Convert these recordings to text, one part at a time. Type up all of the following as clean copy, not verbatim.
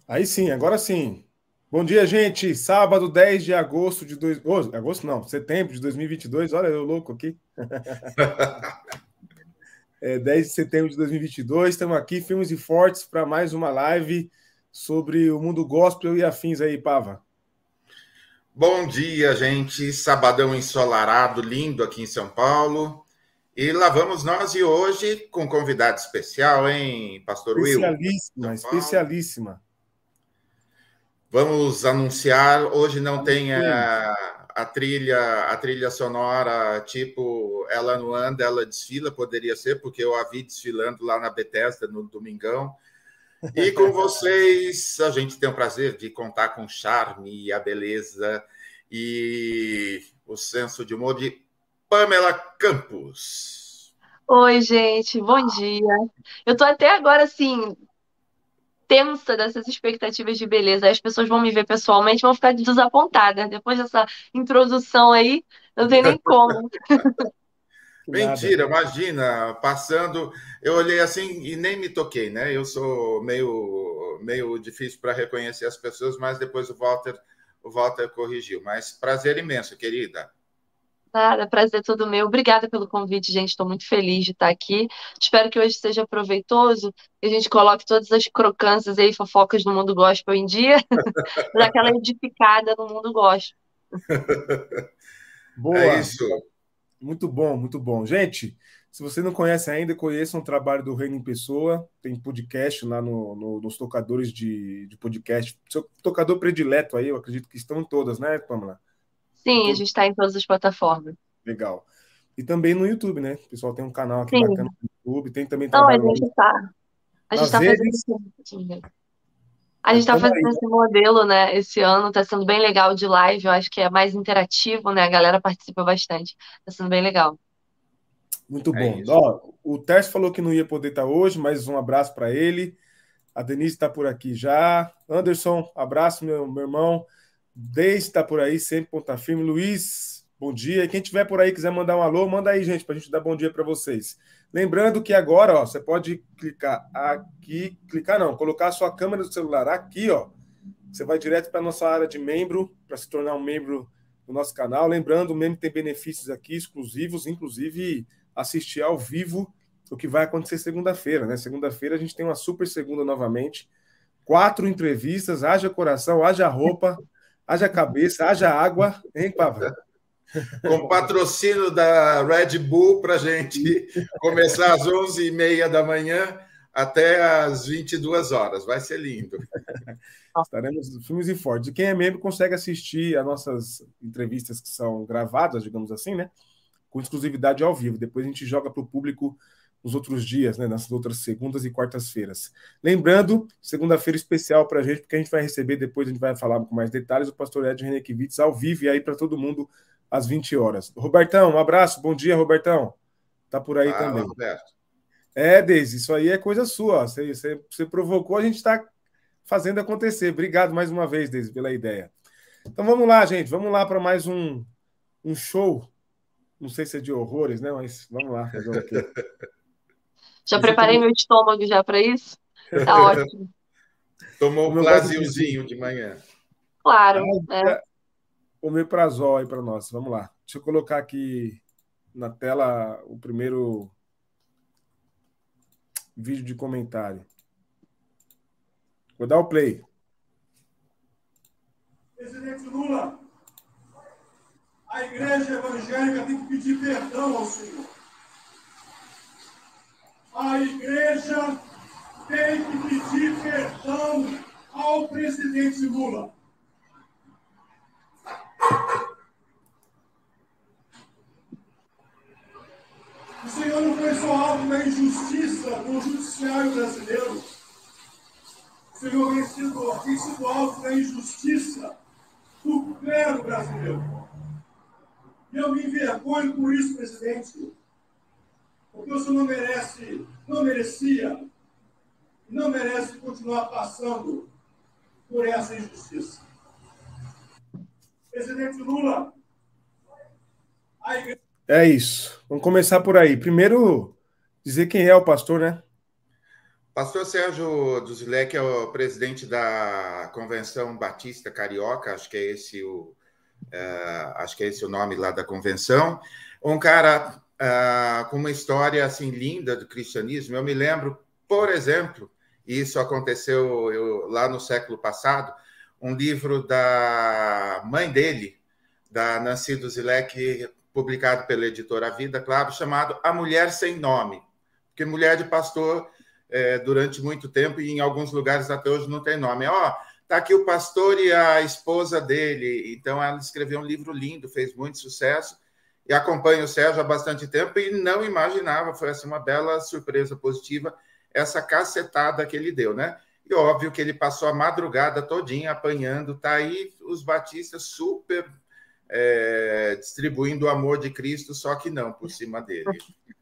Aí sim, agora sim. Bom dia, gente. Sábado, 10 de agosto de agosto não, setembro de 2022. Olha eu louco aqui. 10 de setembro de 2022. Estamos aqui, firmes e fortes, para mais uma live sobre o mundo gospel e afins aí, Pava. Bom dia, gente. Sabadão ensolarado, lindo aqui em São Paulo. E lá vamos nós e hoje com um convidado especial, hein, Pastor Will? Especialíssima, São Paulo. especialíssima. Vamos anunciar, hoje não tem Anunciemos. a trilha sonora tipo Ela não anda, ela desfila, poderia ser, porque eu a vi desfilando lá na Bethesda no domingão. E com vocês, a gente tem o prazer de contar com o charme e a beleza e o senso de humor de Pamela Campos. Oi, gente, bom dia. Eu tô até agora, assim, tensa dessas expectativas de beleza. Aí as pessoas vão me ver pessoalmente, vão ficar desapontadas. Depois dessa introdução aí, não tem nem como. Que nada. Mentira, imagina, passando, eu olhei assim e nem me toquei, né? Eu sou meio difícil para reconhecer as pessoas, mas depois o Walter corrigiu. Mas prazer imenso, querida. Nada, prazer todo meu. Obrigada pelo convite, gente. Estou muito feliz de estar aqui. Espero que hoje seja proveitoso, que a gente coloque todas as crocâncias e fofocas do mundo gospel em dia, para dar aquela edificada no mundo gospel. É Boa. isso. Muito bom, muito bom. Gente, se você não conhece ainda, conheça um trabalho do Reino em Pessoa. Tem podcast lá nos tocadores de podcast. Seu tocador predileto aí, eu acredito que estão em todas, né, Pamela? Em Sim, a todo... gente está em todas as plataformas. Legal. E também no YouTube, né? O pessoal tem um canal aqui bacana Sim. no YouTube. Tem também Não, trabalho lá a gente nas tá fazendo redes. isso. A gente está Tamo fazendo aí. esse modelo, né, esse ano, está sendo bem legal de live, eu acho que é mais interativo, né, a galera participa bastante, está sendo bem legal. Muito É bom. isso. Ó, o Tércio falou que não ia poder estar hoje, mas um abraço para ele. A Denise está por aqui já. Anderson, abraço, meu irmão. Deise está por aí, sempre ponta firme. Luiz, bom dia. E quem tiver por aí quiser mandar um alô, manda aí, gente, para a gente dar bom dia para vocês. Lembrando que agora, ó, você pode clicar aqui, clicar não, colocar a sua câmera do celular aqui, ó. Você vai direto para a nossa área de membro, para se tornar um membro do nosso canal. Lembrando, o membro tem benefícios aqui exclusivos, inclusive assistir ao vivo o que vai acontecer segunda-feira, né? Segunda-feira a gente tem uma super segunda novamente. 4 entrevistas, haja coração, haja roupa, haja cabeça, haja água, hein, Pava? Com patrocínio da Red Bull para a gente começar às 11h30 da manhã até às 22 horas. Vai ser lindo. Estaremos firmes e fortes. E quem é membro consegue assistir as nossas entrevistas que são gravadas, digamos assim, né? Com exclusividade ao vivo. Depois a gente joga para o público nos outros dias, né? Nas outras segundas e quartas-feiras. Lembrando, segunda-feira especial para a gente, porque a gente vai receber, depois a gente vai falar com mais detalhes, o pastor Ed Renekiewicz ao vivo e aí para todo mundo às 20 horas. Robertão, um abraço. Bom dia, Robertão. Tá por aí Fala, também. Roberto. Deise, isso aí é coisa sua. Você provocou, a gente está fazendo acontecer. Obrigado mais uma vez, Deise, pela ideia. Então vamos lá, gente. Vamos lá para mais um show. Não sei se é de horrores, né? Mas vamos lá, fazer o quê? Já Deixa eu preparei comer, meu estômago já para isso? Tá ótimo. Tomou como eu gosto de dizer, Plasilzinho de manhã. Claro, né? haja omeprazol aí para nós. Vamos lá. Deixa eu colocar aqui na tela o primeiro vídeo de comentário. Vou dar o play. Presidente Lula, a igreja evangélica tem que pedir perdão ao Senhor. A igreja tem que pedir perdão ao presidente Lula. O Senhor não foi só alvo da injustiça no judiciário brasileiro. O Senhor tem sido alvo da injustiça do clero brasileiro. E eu me envergonho por isso, presidente, porque o senhor não merecia, e não merece continuar passando por essa injustiça. Presidente Lula, a igreja... É isso. Vamos começar por aí. Primeiro, dizer quem é o pastor, né? Pastor Sérgio Duzilek é o presidente da Convenção Batista Carioca, acho que é esse o nome lá da convenção. Um cara com uma história assim linda do cristianismo. Eu me lembro, por exemplo, isso aconteceu lá no século passado, um livro da mãe dele, da Nancy Duzilek, publicado pela editora Vida, claro, chamado A Mulher Sem Nome, porque mulher de pastor durante muito tempo e em alguns lugares até hoje não tem nome. Está aqui o pastor e a esposa dele. Então, ela escreveu um livro lindo, fez muito sucesso, e acompanho o Sérgio há bastante tempo e não imaginava, foi assim, uma bela surpresa positiva, essa cacetada que ele deu, né? E óbvio que ele passou a madrugada todinha apanhando, tá aí os batistas super distribuindo o amor de Cristo, só que não por cima dele.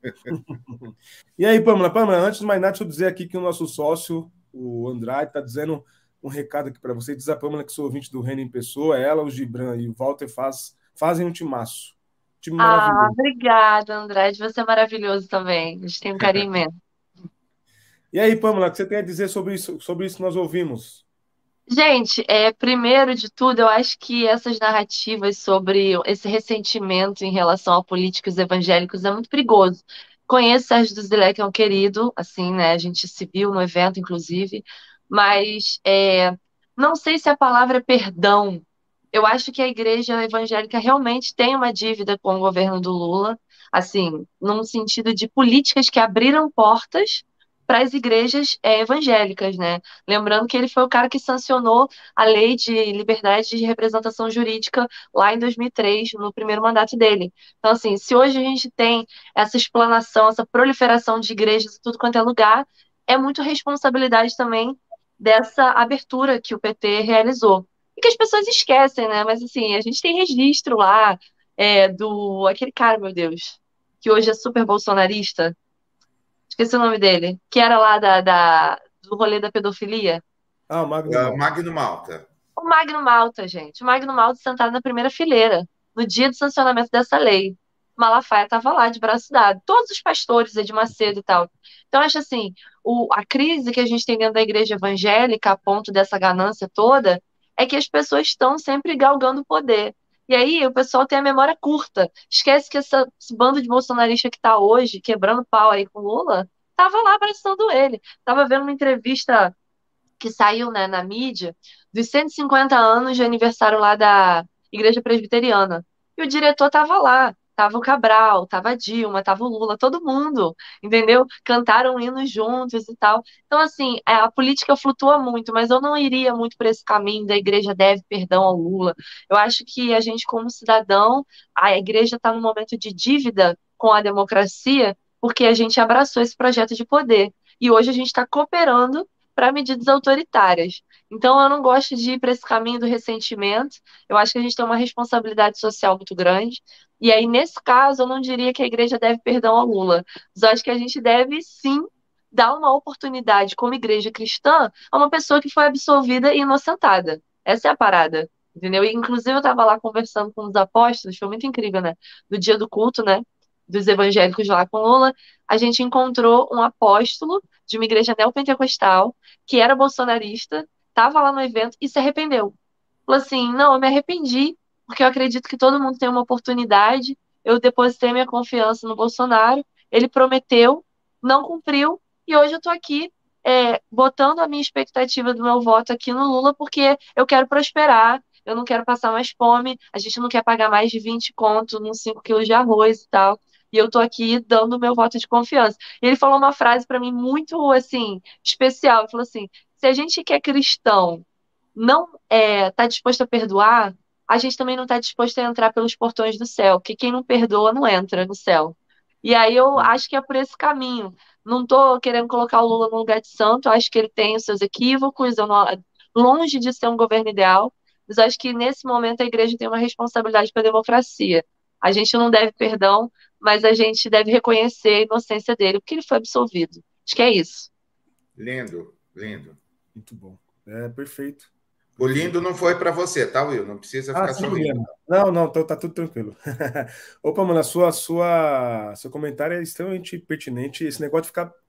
E aí, Pâmela? Pâmela, antes de mais nada, deixa eu dizer aqui que o nosso sócio, o Andrade, está dizendo um recado aqui para você. Diz a Pâmela que sou ouvinte do Reino em Pessoa, ela, o Gibran e o Walter fazem um timaço. Time maravilhoso. Obrigada, Andrade. Você é maravilhoso também. A gente tem um carinho imenso. E aí, Pâmela, o que você tem a dizer sobre isso que nós ouvimos? Gente, primeiro de tudo, eu acho que essas narrativas sobre esse ressentimento em relação a políticos evangélicos é muito perigoso. Conheço o Sérgio Duzilek, é um querido, assim, né? A gente se viu no evento, inclusive, mas não sei se a palavra é perdão. Eu acho que a igreja evangélica realmente tem uma dívida com o governo do Lula, assim, num sentido de políticas que abriram portas para as igrejas evangélicas, né? Lembrando que ele foi o cara que sancionou a lei de liberdade de representação jurídica lá em 2003, no primeiro mandato dele. Então, assim, se hoje a gente tem essa explanação, essa proliferação de igrejas em tudo quanto é lugar, é muito responsabilidade também dessa abertura que o PT realizou. E que as pessoas esquecem, né? Mas, assim, a gente tem registro lá do... Aquele cara, meu Deus, que hoje é super bolsonarista, esqueci o nome dele, que era lá do rolê da pedofilia. O Magno Malta. Magno Malta. O Magno Malta, gente. O Magno Malta sentado na primeira fileira, no dia do sancionamento dessa lei. Malafaia estava lá, de braço dado. Todos os pastores, Edir Macedo e tal. Então, acho assim, a crise que a gente tem dentro da igreja evangélica, a ponto dessa ganância toda, é que as pessoas estão sempre galgando o poder. E aí, o pessoal tem a memória curta. Esquece que esse bando de bolsonarista que está hoje, quebrando pau aí com Lula, estava lá abraçando ele. Estava vendo uma entrevista que saiu, né, na mídia, dos 150 anos de aniversário lá da Igreja Presbiteriana. E o diretor tava lá, tava o Cabral, tava a Dilma, tava o Lula, todo mundo, entendeu? Cantaram hinos juntos e tal. Então, assim, a política flutua muito, mas eu não iria muito por esse caminho da igreja deve perdão ao Lula. Eu acho que a gente, como cidadão, a igreja está num momento de dívida com a democracia, porque a gente abraçou esse projeto de poder. E hoje a gente está cooperando para medidas autoritárias. Então, eu não gosto de ir para esse caminho do ressentimento. Eu acho que a gente tem uma responsabilidade social muito grande. E aí, nesse caso, eu não diria que a igreja deve perdão ao Lula. Mas eu acho que a gente deve, sim, dar uma oportunidade, como igreja cristã, a uma pessoa que foi absolvida e inocentada. Essa é a parada. Entendeu? E, inclusive, eu estava lá conversando com os apóstolos, foi muito incrível, né? No dia do culto, né? Dos evangélicos lá com Lula, a gente encontrou um apóstolo de uma igreja neopentecostal que era bolsonarista, estava lá no evento e se arrependeu. Falou assim: não, eu me arrependi, porque eu acredito que todo mundo tem uma oportunidade. Eu depositei minha confiança no Bolsonaro, ele prometeu, não cumpriu, e hoje eu estou aqui botando a minha expectativa do meu voto aqui no Lula, porque eu quero prosperar, eu não quero passar mais fome, a gente não quer pagar mais de 20 conto nos 5 quilos de arroz e tal. E eu tô aqui dando o meu voto de confiança. E ele falou uma frase para mim muito, assim, especial. Ele falou assim: se a gente que é cristão não está disposto a perdoar, a gente também não está disposto a entrar pelos portões do céu, porque quem não perdoa não entra no céu. E aí eu acho que é por esse caminho. Não estou querendo colocar o Lula no lugar de santo, eu acho que ele tem os seus equívocos, longe de ser um governo ideal, mas eu acho que nesse momento a igreja tem uma responsabilidade para a democracia. A gente não deve perdão, mas a gente deve reconhecer a inocência dele, porque ele foi absolvido. Acho que é isso. Lindo, lindo. Muito bom. Perfeito. O lindo não foi para você, tá, Will? Não precisa ficar sorrindo. Não, tá tudo tranquilo. Opa, mano, seu comentário é extremamente pertinente. Esse negócio de ficar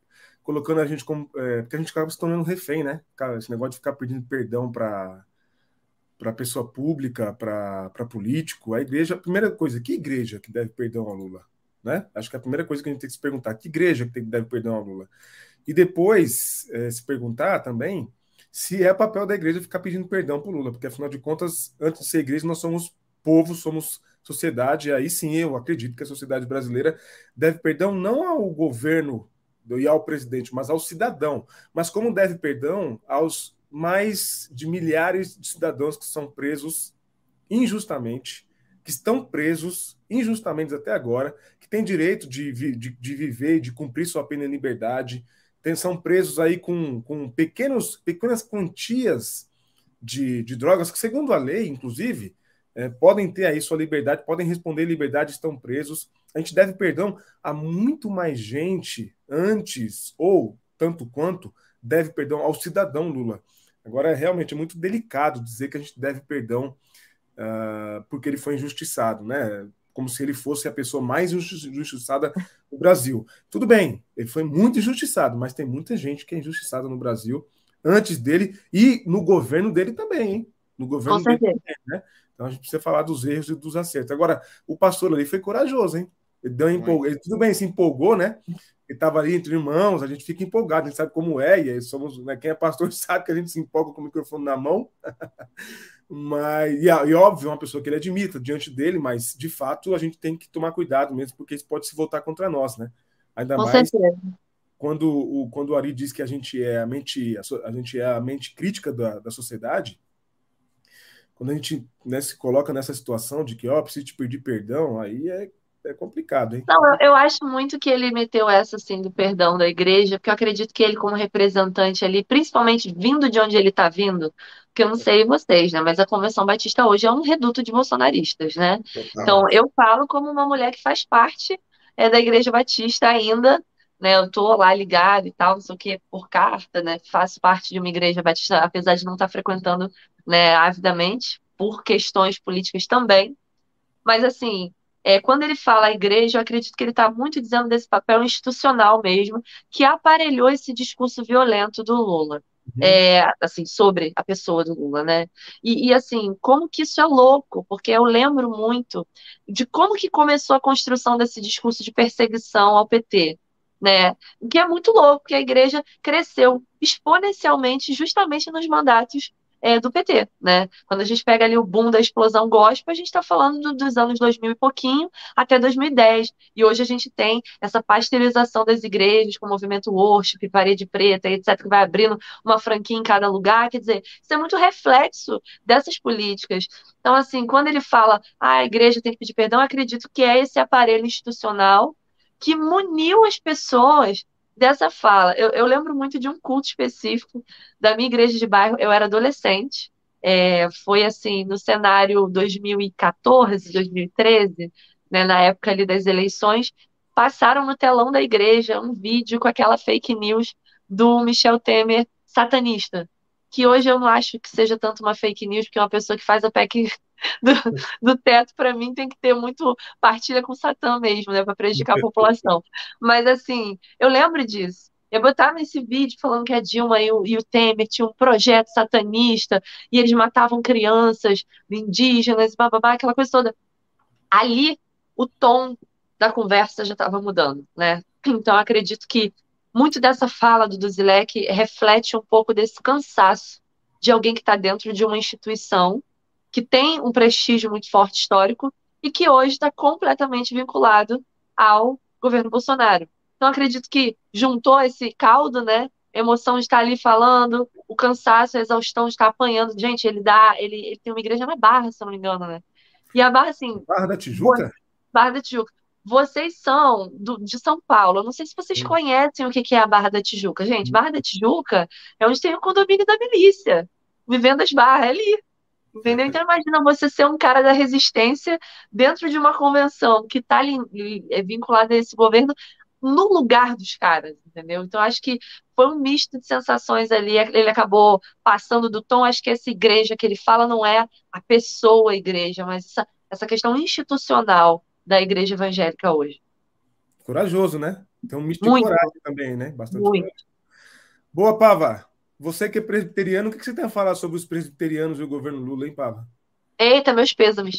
colocando a gente como. Porque a gente acaba se tornando refém, né? Cara, esse negócio de ficar pedindo perdão para pessoa pública, para político. A igreja, a primeira coisa, que igreja que deve perdão ao Lula? Né? Acho que a primeira coisa que a gente tem que se perguntar, que igreja que deve perdão ao Lula? E depois se perguntar também se é papel da igreja ficar pedindo perdão para o Lula, porque afinal de contas, antes de ser igreja, nós somos povo, somos sociedade, e aí sim eu acredito que a sociedade brasileira deve perdão não ao governo e ao presidente, mas ao cidadão. Mas como deve perdão aos mais de milhares de cidadãos que são presos injustamente, que estão presos injustamente até agora, que têm direito de viver e de cumprir sua pena em liberdade, são presos aí com pequenas quantias de drogas, que segundo a lei, inclusive, podem ter aí sua liberdade, podem responder liberdade, estão presos. A gente deve perdão a muito mais gente antes, ou tanto quanto, deve perdão ao cidadão Lula. Agora, realmente é muito delicado dizer que a gente deve perdão porque ele foi injustiçado, né? Como se ele fosse a pessoa mais injustiçada do Brasil. Tudo bem, ele foi muito injustiçado, mas tem muita gente que é injustiçada no Brasil antes dele e no governo dele também, hein? No governo dele também, né? Então a gente precisa falar dos erros e dos acertos. Agora, o pastor ali foi corajoso, hein? Ele tudo bem, se empolgou, né? Ele estava ali entre irmãos, a gente fica empolgado, a gente sabe como é, e aí somos, né, quem é pastor sabe que a gente se empolga com o microfone na mão. Mas, e óbvio, uma pessoa que ele admita diante dele, mas de fato a gente tem que tomar cuidado mesmo, porque isso pode se voltar contra nós, né? Ainda mais quando o Ari diz que a gente é a gente é a mente crítica da sociedade. Quando a gente, né, se coloca nessa situação de que, preciso te pedir perdão, aí é complicado, hein? Não, eu acho muito que ele meteu essa, assim, do perdão da igreja, porque eu acredito que ele, como representante ali, principalmente vindo de onde ele está vindo, porque eu não sei vocês, né, mas a Convenção Batista hoje é um reduto de bolsonaristas, né? Então, eu falo como uma mulher que faz parte da Igreja Batista ainda, né? Eu tô lá ligada e tal, não sei o quê, por carta, né? Faço parte de uma Igreja Batista, apesar de não estar frequentando, né, avidamente, por questões políticas também. Mas, assim, quando ele fala a igreja, eu acredito que ele está muito dizendo desse papel institucional mesmo, que aparelhou esse discurso violento do Lula. Assim, sobre a pessoa do Lula, né? Assim, como que isso é louco, porque eu lembro muito de como que começou a construção desse discurso de perseguição ao PT, né? O que é muito louco, porque a igreja cresceu exponencialmente justamente nos mandatos do PT, né? Quando a gente pega ali o boom da explosão gospel, a gente está falando dos anos 2000 e pouquinho até 2010. E hoje a gente tem essa pasteurização das igrejas com o movimento worship, parede preta, etc., que vai abrindo uma franquia em cada lugar. Quer dizer, isso é muito reflexo dessas políticas. Então, assim, quando ele fala, a igreja tem que pedir perdão, eu acredito que é esse aparelho institucional que muniu as pessoas dessa fala. Eu lembro muito de um culto específico da minha igreja de bairro. Eu era adolescente, foi assim, no cenário 2014, 2013, né, na época ali das eleições, passaram no telão da igreja um vídeo com aquela fake news do Michel Temer satanista, que hoje eu não acho que seja tanto uma fake news, porque uma pessoa que faz a PEC do, do teto, para mim, tem que ter muito partilha com Satã mesmo, né, para prejudicar a população. Mas, assim, eu lembro disso. Eu botava nesse vídeo falando que a Dilma e o Temer tinham um projeto satanista e eles matavam crianças indígenas, bababá, aquela coisa toda. Ali, o tom da conversa já estava mudando, né? Então, eu acredito que muito dessa fala do Duzilek reflete um pouco desse cansaço de alguém que está dentro de uma instituição que tem um prestígio muito forte histórico e que hoje está completamente vinculado ao governo Bolsonaro. Então, acredito que juntou esse caldo, né? Emoção de estar ali falando, o cansaço, a exaustão de estar apanhando. Gente, ele tem uma igreja na Barra, se eu não me engano, né? E a Barra, assim. Barra da Tijuca? Barra da Tijuca. Vocês são de São Paulo. Eu não sei se vocês conhecem o que é a Barra da Tijuca. Gente, Barra da Tijuca é onde tem o condomínio da milícia. Vivendas Barra, é ali. Entendeu? Então, imagina você ser um cara da resistência dentro de uma convenção que está vinculada a esse governo no lugar dos caras, entendeu? Então, acho que foi um misto de sensações ali. Ele acabou passando do tom. Acho que essa igreja que ele fala não é a pessoa igreja, mas essa questão institucional da igreja evangélica hoje. Corajoso, né? Então, um misto de Muito, coragem também, né? Bastante coragem. muito. Boa, Pava. Você que é presbiteriano, o que você tem a falar sobre os presbiterianos e o governo Lula, hein, Pava? Eita, meus pêsames.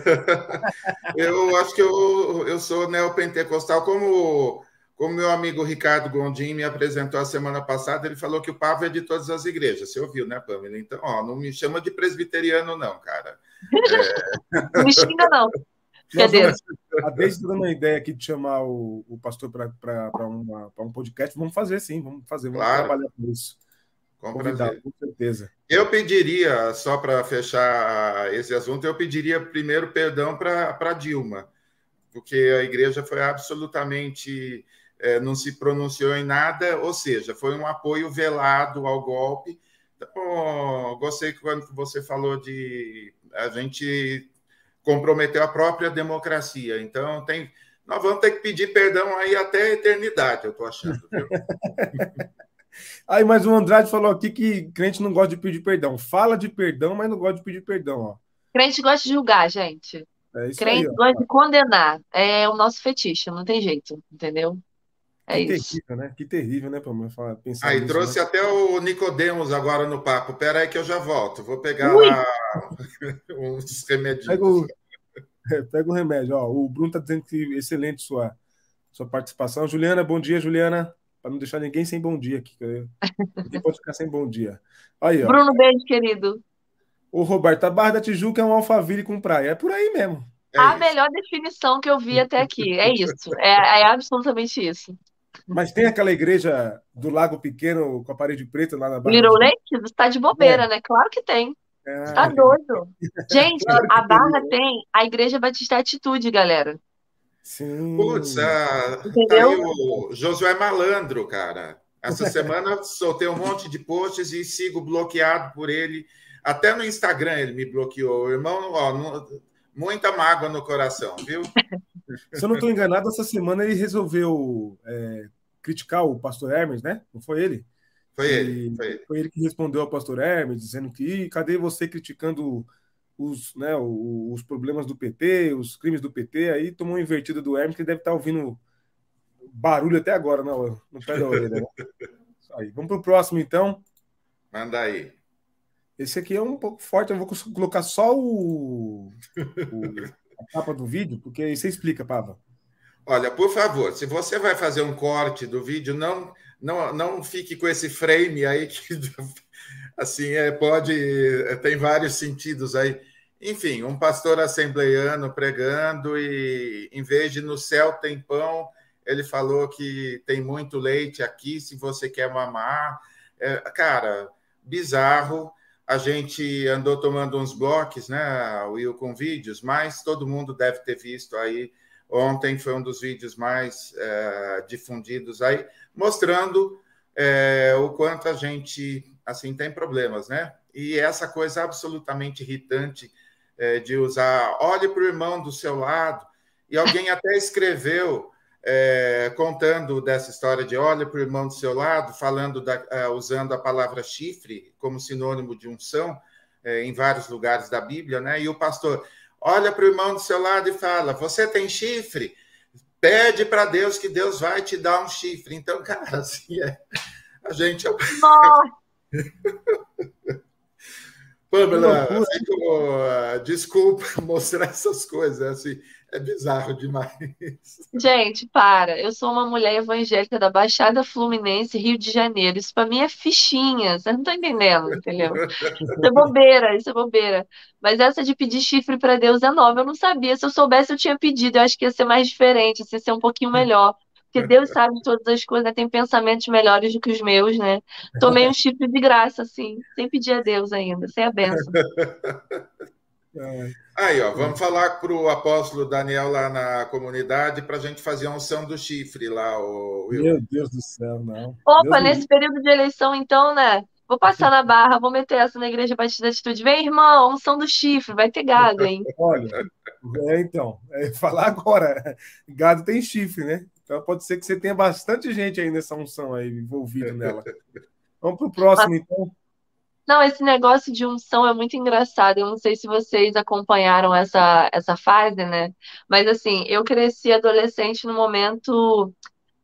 Eu acho que eu sou neopentecostal, como meu amigo Ricardo Gondim me apresentou a semana passada, ele falou que o Pavo é de todas as igrejas. Você ouviu, né, Pamela? Então, ó, não me chama de presbiteriano, não, cara. Não me xinga, não. Nós Brincadeira. vamos, a Deise está dando uma ideia aqui de chamar o pastor para um podcast. Vamos fazer, sim, vamos fazer, vamos Claro, trabalhar com isso. com Convidado, prazer. com certeza. Eu pediria, só para fechar esse assunto, eu pediria primeiro perdão para Dilma, porque a igreja foi absolutamente, não se pronunciou em nada, ou seja, foi um apoio velado ao golpe. Então, gostei quando você falou de a gente comprometer a própria democracia. Então, nós vamos ter que pedir perdão aí até a eternidade, eu estou achando, viu? Aí, mas o Andrade falou aqui que crente não gosta de pedir perdão. Fala de perdão, mas não gosta de pedir perdão, ó. Crente gosta de julgar, gente. É isso aí, Crente ó. gosta de condenar. É o nosso fetiche, não tem jeito, entendeu? É isso. Que terrível, né, Pamela, pensar Aí nisso, né? trouxe até o Nicodemos agora no papo. Espera aí que eu já volto. Vou pegar Ui! lá uns Pega remedinhos. o, pega o remédio, ó. O Bruno tá dizendo que excelente sua participação. Juliana, bom dia, Juliana. Para não deixar ninguém sem bom dia aqui. Ninguém pode ficar sem bom dia. Aí, ó. Bruno, beijo, querido. O Roberto, a Barra da Tijuca é um Alphaville com praia. É por aí mesmo. É A isso. melhor definição que eu vi até aqui. É isso. É absolutamente isso. Mas tem aquela igreja do Lago Pequeno com a parede preta lá na Barra da Little Tijuca? Lake? Você tá de É, bobeira, né? Claro que tem. Você tá é, doido. Gente, claro a que teria, Barra né? tem a Igreja Batista Atitude, galera. Putz, Sim. tá aí Entendeu? o Josué Malandro, cara. Essa semana soltei um monte de posts e sigo bloqueado por ele. Até no Instagram ele me bloqueou. Irmão, ó, muita mágoa no coração, viu? Se eu não estou enganado, essa semana ele resolveu criticar o pastor Hermes, né? Não foi ele? Foi ele, E foi ele. foi ele que respondeu ao pastor Hermes, dizendo que cadê você criticando os problemas do PT, os crimes do PT? Aí tomou uma invertida do Hermes, que deve estar ouvindo barulho até agora no pé da orelha, né? Isso aí. Vamos para o próximo, então. Manda aí. Esse aqui é um pouco forte, eu vou colocar só a capa do vídeo, porque aí você explica, Pava. Olha, por favor, se você vai fazer um corte do vídeo, não fique com esse frame aí que assim tem vários sentidos aí. Enfim, um pastor assembleiano pregando e em vez de no céu tem pão, ele falou que tem muito leite aqui, se você quer mamar. Cara, bizarro. A gente andou tomando uns blocos, né, Will, com vídeos, mas todo mundo deve ter visto aí. Ontem foi um dos vídeos mais difundidos aí, mostrando o quanto a gente assim tem problemas, né? E essa coisa absolutamente irritante de usar, olhe para o irmão do seu lado, e alguém até escreveu contando dessa história de olhe para o irmão do seu lado, falando usando a palavra chifre como sinônimo de unção em vários lugares da Bíblia, né? E o pastor olha para o irmão do seu lado e fala: você tem chifre? Pede para Deus que Deus vai te dar um chifre. Então, cara, assim, a gente. Nossa, Pamela, desculpa mostrar essas coisas, assim, é bizarro demais. gente, para. Eu sou uma mulher evangélica da Baixada Fluminense, Rio de Janeiro. Isso pra mim é fichinha. Vocês não estão entendendo, entendeu? Isso é bobeira, isso é bobeira. Mas essa de pedir chifre pra Deus é nova. Eu não sabia. Se eu soubesse, eu tinha pedido. Eu acho que ia ser mais diferente, ia ser um pouquinho melhor. Porque Deus sabe de todas as coisas, né? Tem pensamentos melhores do que os meus, né? Tomei um chifre de graça, assim, sem pedir a Deus ainda, sem a bênção. Aí, ó, vamos falar para o apóstolo Daniel lá na comunidade para a gente fazer a unção do chifre lá, Will. Meu Deus do céu, não. Deus Opa, me nesse livre. período de eleição, então, né? Vou passar na Barra, vou meter essa na Igreja Batista da Atitude. Vem, irmão, unção do chifre, vai ter gado, hein? Olha, então, falar agora, gado tem chifre, né? Então pode ser que você tenha bastante gente aí nessa unção aí, envolvido nela. Vamos para o próximo, então. Não, esse negócio de unção é muito engraçado. Eu não sei se vocês acompanharam essa fase, né? Mas assim, eu cresci adolescente no momento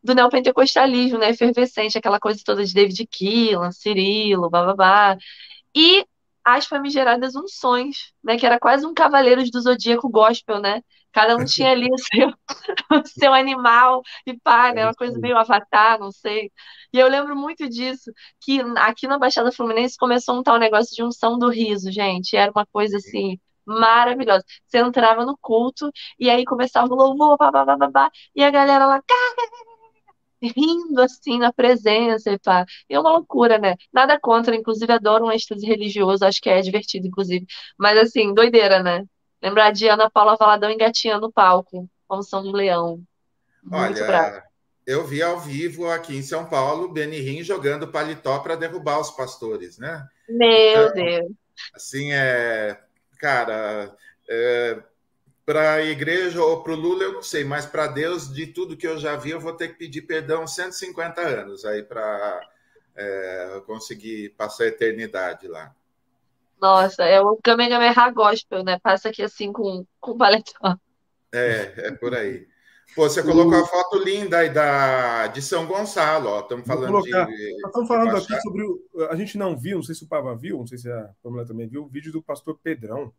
do neopentecostalismo, né, efervescente, aquela coisa toda de David Keelan, Cirilo, bababá. E as famigeradas unções, né? Que era quase um Cavaleiros do Zodíaco gospel, né? Cada um tinha ali o seu, o seu animal e pá, É né? Uma isso coisa aí. meio Avatar, não sei. E eu lembro muito disso, que aqui na Baixada Fluminense começou um tal negócio de unção do riso, gente. Era uma coisa assim. Maravilhosa. Você entrava no culto e aí começava o louvor, babá, e a galera lá rindo assim na presença e pá. E é uma loucura, né? Nada contra, inclusive adoro um êxtase religioso, acho que é divertido, inclusive. Mas assim, doideira, né? Lembrar de Ana Paula Valadão engatinhando no palco, como São do Leão. Muito bravo. Olha, eu vi ao vivo aqui em São Paulo, Benihim jogando paletó para derrubar os pastores, né? Então, Meu Deus. assim, cara, para a igreja ou para o Lula, eu não sei, mas para Deus, de tudo que eu já vi, eu vou ter que pedir perdão 150 anos aí para conseguir passar a eternidade lá. Nossa, é o Kamehameha Gospel, né? Passa aqui assim com paletó. É por aí. Pô, você colocou a O- foto linda aí de São Gonçalo, ó. Estamos Vou falando colocar. Nós estamos de falando aqui Baixada. sobre. A gente não viu, não sei se o Pava viu, não sei se a Pamela também viu, o vídeo do pastor Pedrão.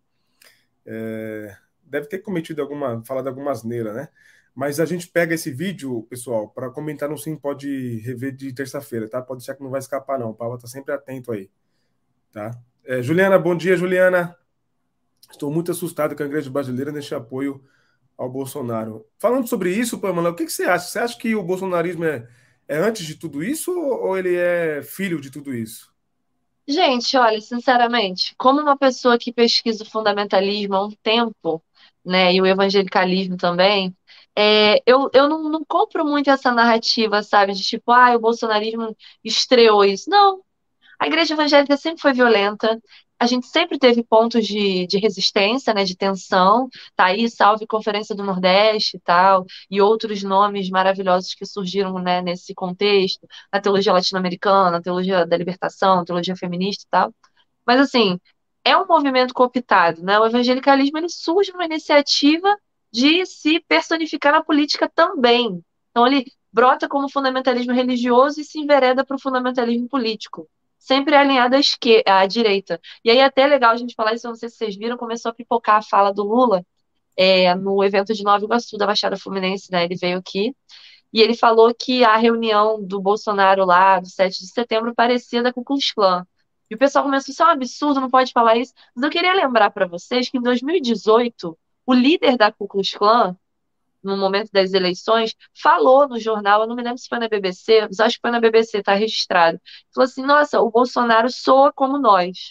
Deve ter cometido falado alguma asneira, né? Mas a gente pega esse vídeo, pessoal, para comentar no Sim Pode Rever de terça-feira, tá? Pode ser que não vai escapar, não. O Pava tá sempre atento aí, tá? Juliana, bom dia, Juliana. Estou muito assustado com a igreja brasileira neste apoio ao Bolsonaro. Falando sobre isso, Pamela, o que você acha? Você acha que o bolsonarismo é antes de tudo isso ou ele é filho de tudo isso? Gente, olha, sinceramente, como uma pessoa que pesquisa o fundamentalismo há um tempo, né, e o evangelicalismo também, eu não compro muito essa narrativa, sabe, de tipo, o bolsonarismo estreou isso. Não, a igreja evangélica sempre foi violenta, a gente sempre teve pontos de resistência, né, de tensão, tá aí, salve Conferência do Nordeste e tal, e outros nomes maravilhosos que surgiram, né, nesse contexto, na teologia latino-americana, na teologia da libertação, teologia feminista e tal. Mas, assim, é um movimento cooptado, né? O evangelicalismo, ele surge numa iniciativa de se personificar na política também. Então, ele brota como fundamentalismo religioso e se envereda para o fundamentalismo político, sempre alinhado à direita. E aí, até é legal a gente falar isso, eu não sei se vocês viram, começou a pipocar a fala do Lula no evento de Nova Iguaçu, da Baixada Fluminense, né? Ele veio aqui e ele falou que a reunião do Bolsonaro lá, do 7 de setembro, parecia da Ku Klux Klan. E o pessoal começou, isso é um absurdo, não pode falar isso. Mas eu queria lembrar para vocês que em 2018, o líder da Ku Klux Klan, no momento das eleições, falou no jornal, eu não me lembro se foi na BBC, mas acho que foi na BBC, está registrado. Falou assim: nossa, o Bolsonaro soa como nós.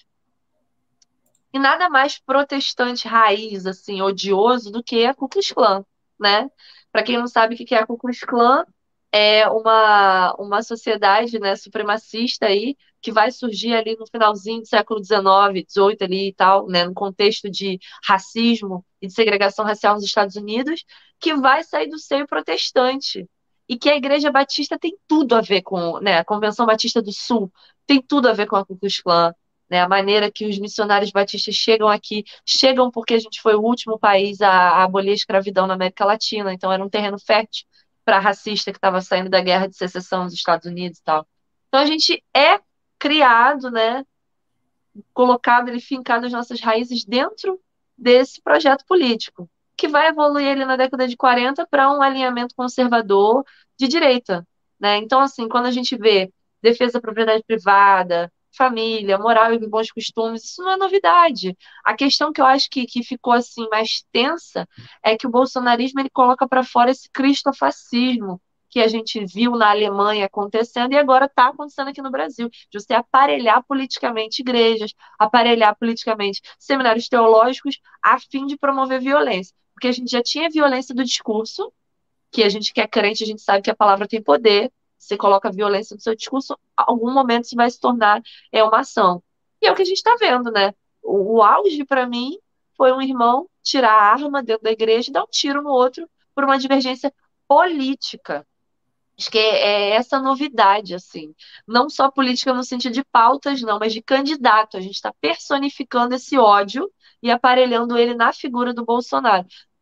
E nada mais protestante raiz, assim, odioso do que a Ku Klux Klan, né? Para quem não sabe o que é a Ku Klux Klan, é uma sociedade, né, supremacista aí, que vai surgir ali no finalzinho do século XIX, XVIII ali e tal, né, no contexto de racismo e de segregação racial nos Estados Unidos, que vai sair do seio protestante. E que a Igreja Batista tem tudo a ver com, né, a Convenção Batista do Sul tem tudo a ver com a Ku Klux Klan, né, a maneira que os missionários batistas chegam aqui, chegam porque a gente foi o último país a abolir a escravidão na América Latina, então era um terreno fértil para racista que estava saindo da guerra de secessão dos Estados Unidos e tal. Então a gente é criado, né, colocado, ele fincado as nossas raízes dentro desse projeto político, que vai evoluir ele na década de 40 para um alinhamento conservador de direita, né? Então, assim, quando a gente vê defesa da propriedade privada, família, moral e bons costumes, isso não é novidade. A questão que eu acho que ficou assim mais tensa é que o bolsonarismo ele coloca para fora esse cristofascismo que a gente viu na Alemanha acontecendo e agora está acontecendo aqui no Brasil, de você aparelhar politicamente igrejas, aparelhar politicamente seminários teológicos a fim de promover violência. Porque a gente já tinha violência do discurso, que a gente que é crente, a gente sabe que a palavra tem poder. Você coloca violência no seu discurso, em algum momento isso vai se tornar uma ação. E é o que a gente está vendo, né? O auge, para mim, foi um irmão tirar a arma dentro da igreja e dar um tiro no outro por uma divergência política. Acho que é essa novidade, assim. Não só política no sentido de pautas, não, mas de candidato. A gente está personificando esse ódio e aparelhando ele na figura do Bolsonaro.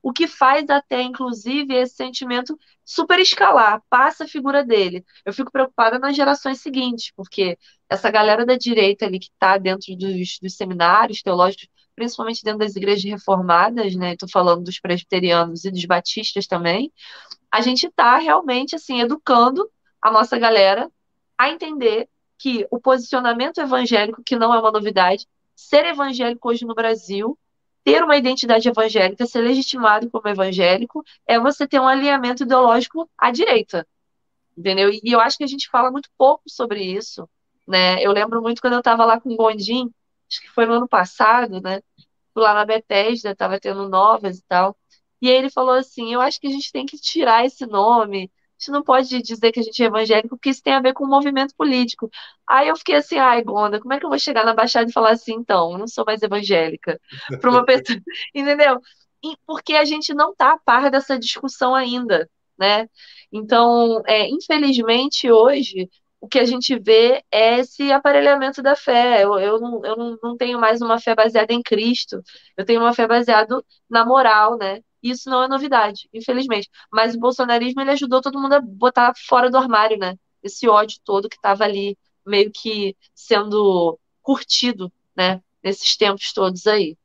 o que faz até, inclusive, esse sentimento super escalar, passa a figura dele. Eu fico preocupada nas gerações seguintes, porque essa galera da direita ali que está dentro dos seminários teológicos, principalmente dentro das igrejas reformadas, né? Estou falando dos presbiterianos e dos batistas também, a gente está realmente assim educando a nossa galera a entender que o posicionamento evangélico, que não é uma novidade, ser evangélico hoje no Brasil, ter uma identidade evangélica, ser legitimado como evangélico, é você ter um alinhamento ideológico à direita, entendeu? E eu acho que a gente fala muito pouco sobre isso, né? Eu lembro muito quando eu estava lá com o Gondim, acho que foi no ano passado, né? Lá na Bethesda, estava tendo novas e tal. E aí ele falou assim: eu acho que a gente tem que tirar esse nome. A gente não pode dizer que a gente é evangélico, porque isso tem a ver com o movimento político. Aí eu fiquei assim, ai, Gonda, como é que eu vou chegar na Baixada e falar assim, então, eu não sou mais evangélica? Para uma pessoa, entendeu? Porque a gente não está a par dessa discussão ainda, né? Então, infelizmente, hoje, o que a gente vê é esse aparelhamento da fé. Eu não tenho mais uma fé baseada em Cristo, eu tenho uma fé baseada na moral, né? Isso não é novidade, infelizmente. Mas o bolsonarismo, ele ajudou todo mundo a botar fora do armário, né? Esse ódio todo que estava ali, meio que sendo curtido, né? Nesses tempos todos aí.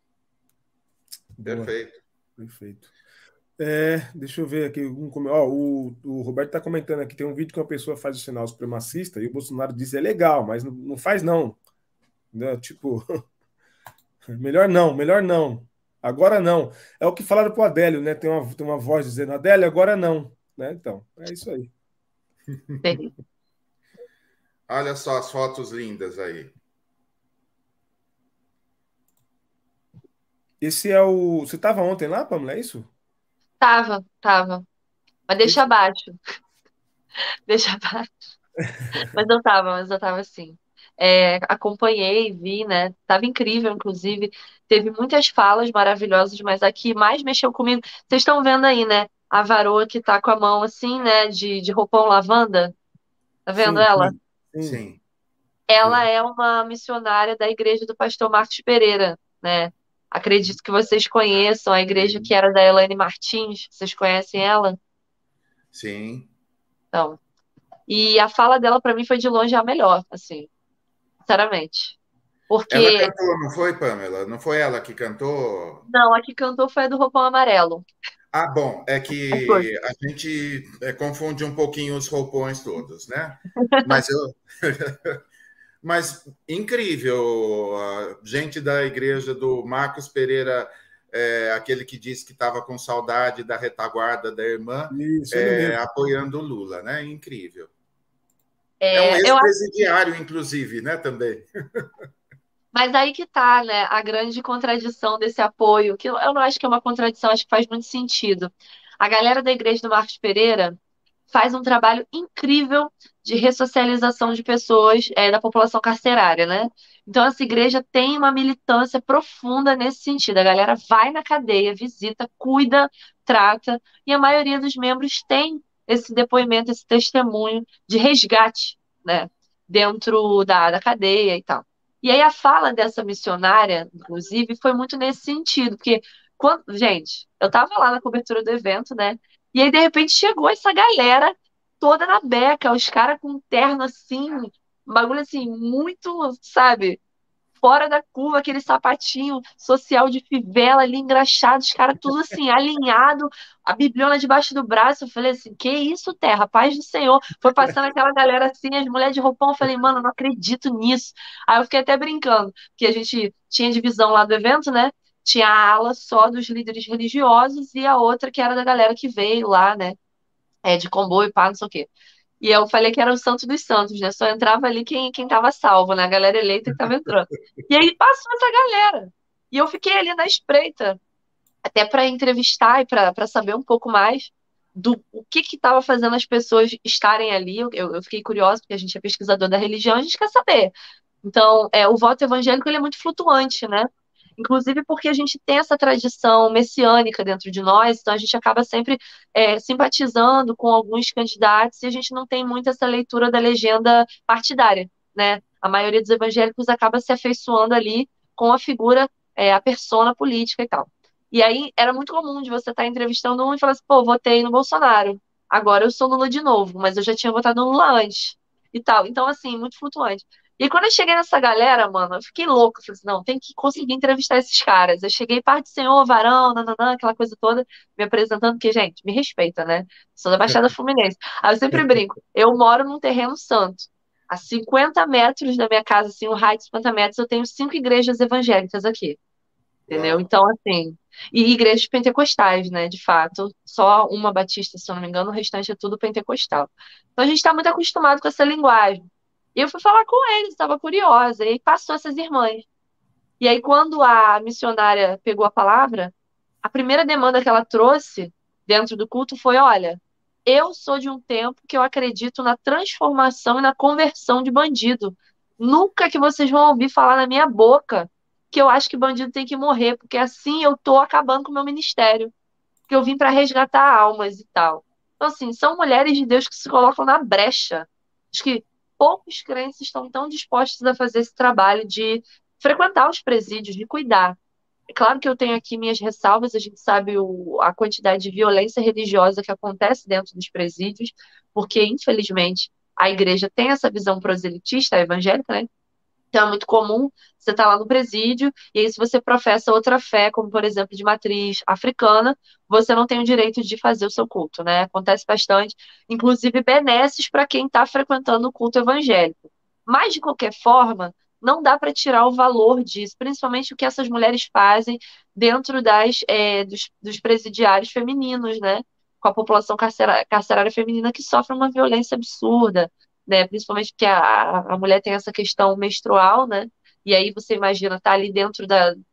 Boa, Perfeito. perfeito. Deixa eu ver aqui. O Roberto está comentando aqui: tem um vídeo que uma pessoa faz o sinal supremacista e o Bolsonaro diz é legal, mas não faz não. Né? Tipo, melhor não, melhor não. Agora não. É o que falaram pro Adélio, né? Tem uma voz dizendo, Adélio, agora não. Né? Então, é isso aí. Bem, Olha só as fotos lindas aí. Esse é o. Você estava ontem lá, Pamela? É isso? tava. Mas deixa Esse... abaixo, deixa abaixo. Mas eu tava assim. Acompanhei, vi, né? Tava incrível, inclusive. Teve muitas falas maravilhosas, mas a que mais mexeu comigo. Vocês estão vendo aí, né? A varoa que tá com a mão assim, né? De roupão lavanda. Tá vendo Sim, ela? sim, sim, Sim. Ela sim. é uma missionária da igreja do pastor Marcos Pereira, né? Acredito que vocês conheçam a igreja que Sim. era da Elaine Martins. Vocês conhecem ela? Sim. Então. E a fala dela, pra mim, foi de longe a melhor, assim, sinceramente. Ela Porque, cantou, não foi, Pamela? Não foi ela que cantou? não, a que cantou foi a do Roupão Amarelo. Ah, bom, é As duas. que a gente confunde um pouquinho os roupões todos, né? Mas eu, mas incrível, a gente da igreja do Marcos Pereira, aquele que disse que estava com saudade da retaguarda da irmã, Isso, ele mesmo. apoiando o Lula, né? Incrível. É um Eu acho, ex-presidiário, inclusive, né? Também. mas aí que tá, né, a grande contradição desse apoio, que eu não acho que é uma contradição, acho que faz muito sentido. A galera da igreja do Marcos Pereira faz um trabalho incrível de ressocialização de pessoas, da população carcerária, né? Então, essa igreja tem uma militância profunda nesse sentido. A galera vai na cadeia, visita, cuida, trata, e a maioria dos membros tem esse depoimento, esse testemunho de resgate, né? Dentro da cadeia e tal. E aí a fala dessa missionária, inclusive, foi muito nesse sentido, porque gente, eu tava lá na cobertura do evento, né? E aí, de repente, chegou essa galera toda na beca, os caras com um terno assim, um bagulho assim, muito, sabe, fora da curva, aquele sapatinho social de fivela ali, engraxado, os caras tudo assim, alinhado, a bibliona debaixo do braço. Eu falei assim: que isso, terra, paz do Senhor. Foi passando aquela galera assim, as mulheres de roupão. Eu falei, mano, eu não acredito nisso. Aí eu fiquei até brincando, que a gente tinha divisão lá do evento, né? Tinha a ala só dos líderes religiosos e a outra que era da galera que veio lá, né? De comboio, pá, não sei o quê. E eu falei que era o Santo dos Santos, né? Só entrava ali quem tava salvo, né? A galera eleita que tava entrando. E aí passou essa galera. E eu fiquei ali na espreita, até para entrevistar e para saber um pouco mais do o que estava fazendo as pessoas estarem ali. Eu fiquei curiosa, porque a gente é pesquisador da religião, a gente quer saber. Então, o voto evangélico ele é muito flutuante, né? Inclusive porque a gente tem essa tradição messiânica dentro de nós, então a gente acaba sempre simpatizando com alguns candidatos e a gente não tem muito essa leitura da legenda partidária, né? A maioria dos evangélicos acaba se afeiçoando ali com a figura, a persona política e tal. E aí era muito comum de você estar entrevistando um e falar assim, pô, votei no Bolsonaro. Agora eu sou Lula de novo, mas eu já tinha votado no Lula antes. E tal. Então, assim, muito flutuante. E quando eu cheguei nessa galera, mano, eu fiquei louca. Eu falei assim, não, tem que conseguir entrevistar esses caras. Eu cheguei, parte do senhor, varão, nananã, aquela coisa toda, me apresentando, porque, gente, me respeita, né? Sou da Baixada Fluminense. Aí eu sempre brinco, eu moro num terreno santo. A 50 metros da minha casa, assim, um raio de 50 metros, eu tenho 5 igrejas evangélicas aqui. Entendeu? Uau. Então, assim, e igrejas pentecostais, né? De fato, só uma batista, se eu não me engano, o restante é tudo pentecostal. Então a gente está muito acostumado com essa linguagem. E eu fui falar com eles, estava curiosa, e aí passou essas irmãs. E aí, quando a missionária pegou a palavra, a primeira demanda que ela trouxe dentro do culto foi: olha, eu sou de um tempo que eu acredito na transformação e na conversão de bandido. Nunca que vocês vão ouvir falar na minha boca que eu acho que bandido tem que morrer, porque assim eu tô acabando com o meu ministério, que eu vim para resgatar almas e tal. Então, assim, são mulheres de Deus que se colocam na brecha. Acho que poucos crentes estão tão dispostos a fazer esse trabalho de frequentar os presídios, de cuidar. É claro que eu tenho aqui minhas ressalvas, a gente sabe a quantidade de violência religiosa que acontece dentro dos presídios, porque, infelizmente, a igreja tem essa visão proselitista, evangélica, né? Então é muito comum você estar lá no presídio, e aí se você professa outra fé, como por exemplo de matriz africana, você não tem o direito de fazer o seu culto, né? Acontece bastante, inclusive benesses para quem está frequentando o culto evangélico. Mas, de qualquer forma, não dá para tirar o valor disso, principalmente o que essas mulheres fazem dentro dos presidiários femininos, né? Com a população carcerária feminina que sofre uma violência absurda, né? Principalmente porque a mulher tem essa questão menstrual, né? E aí você imagina estar ali dentro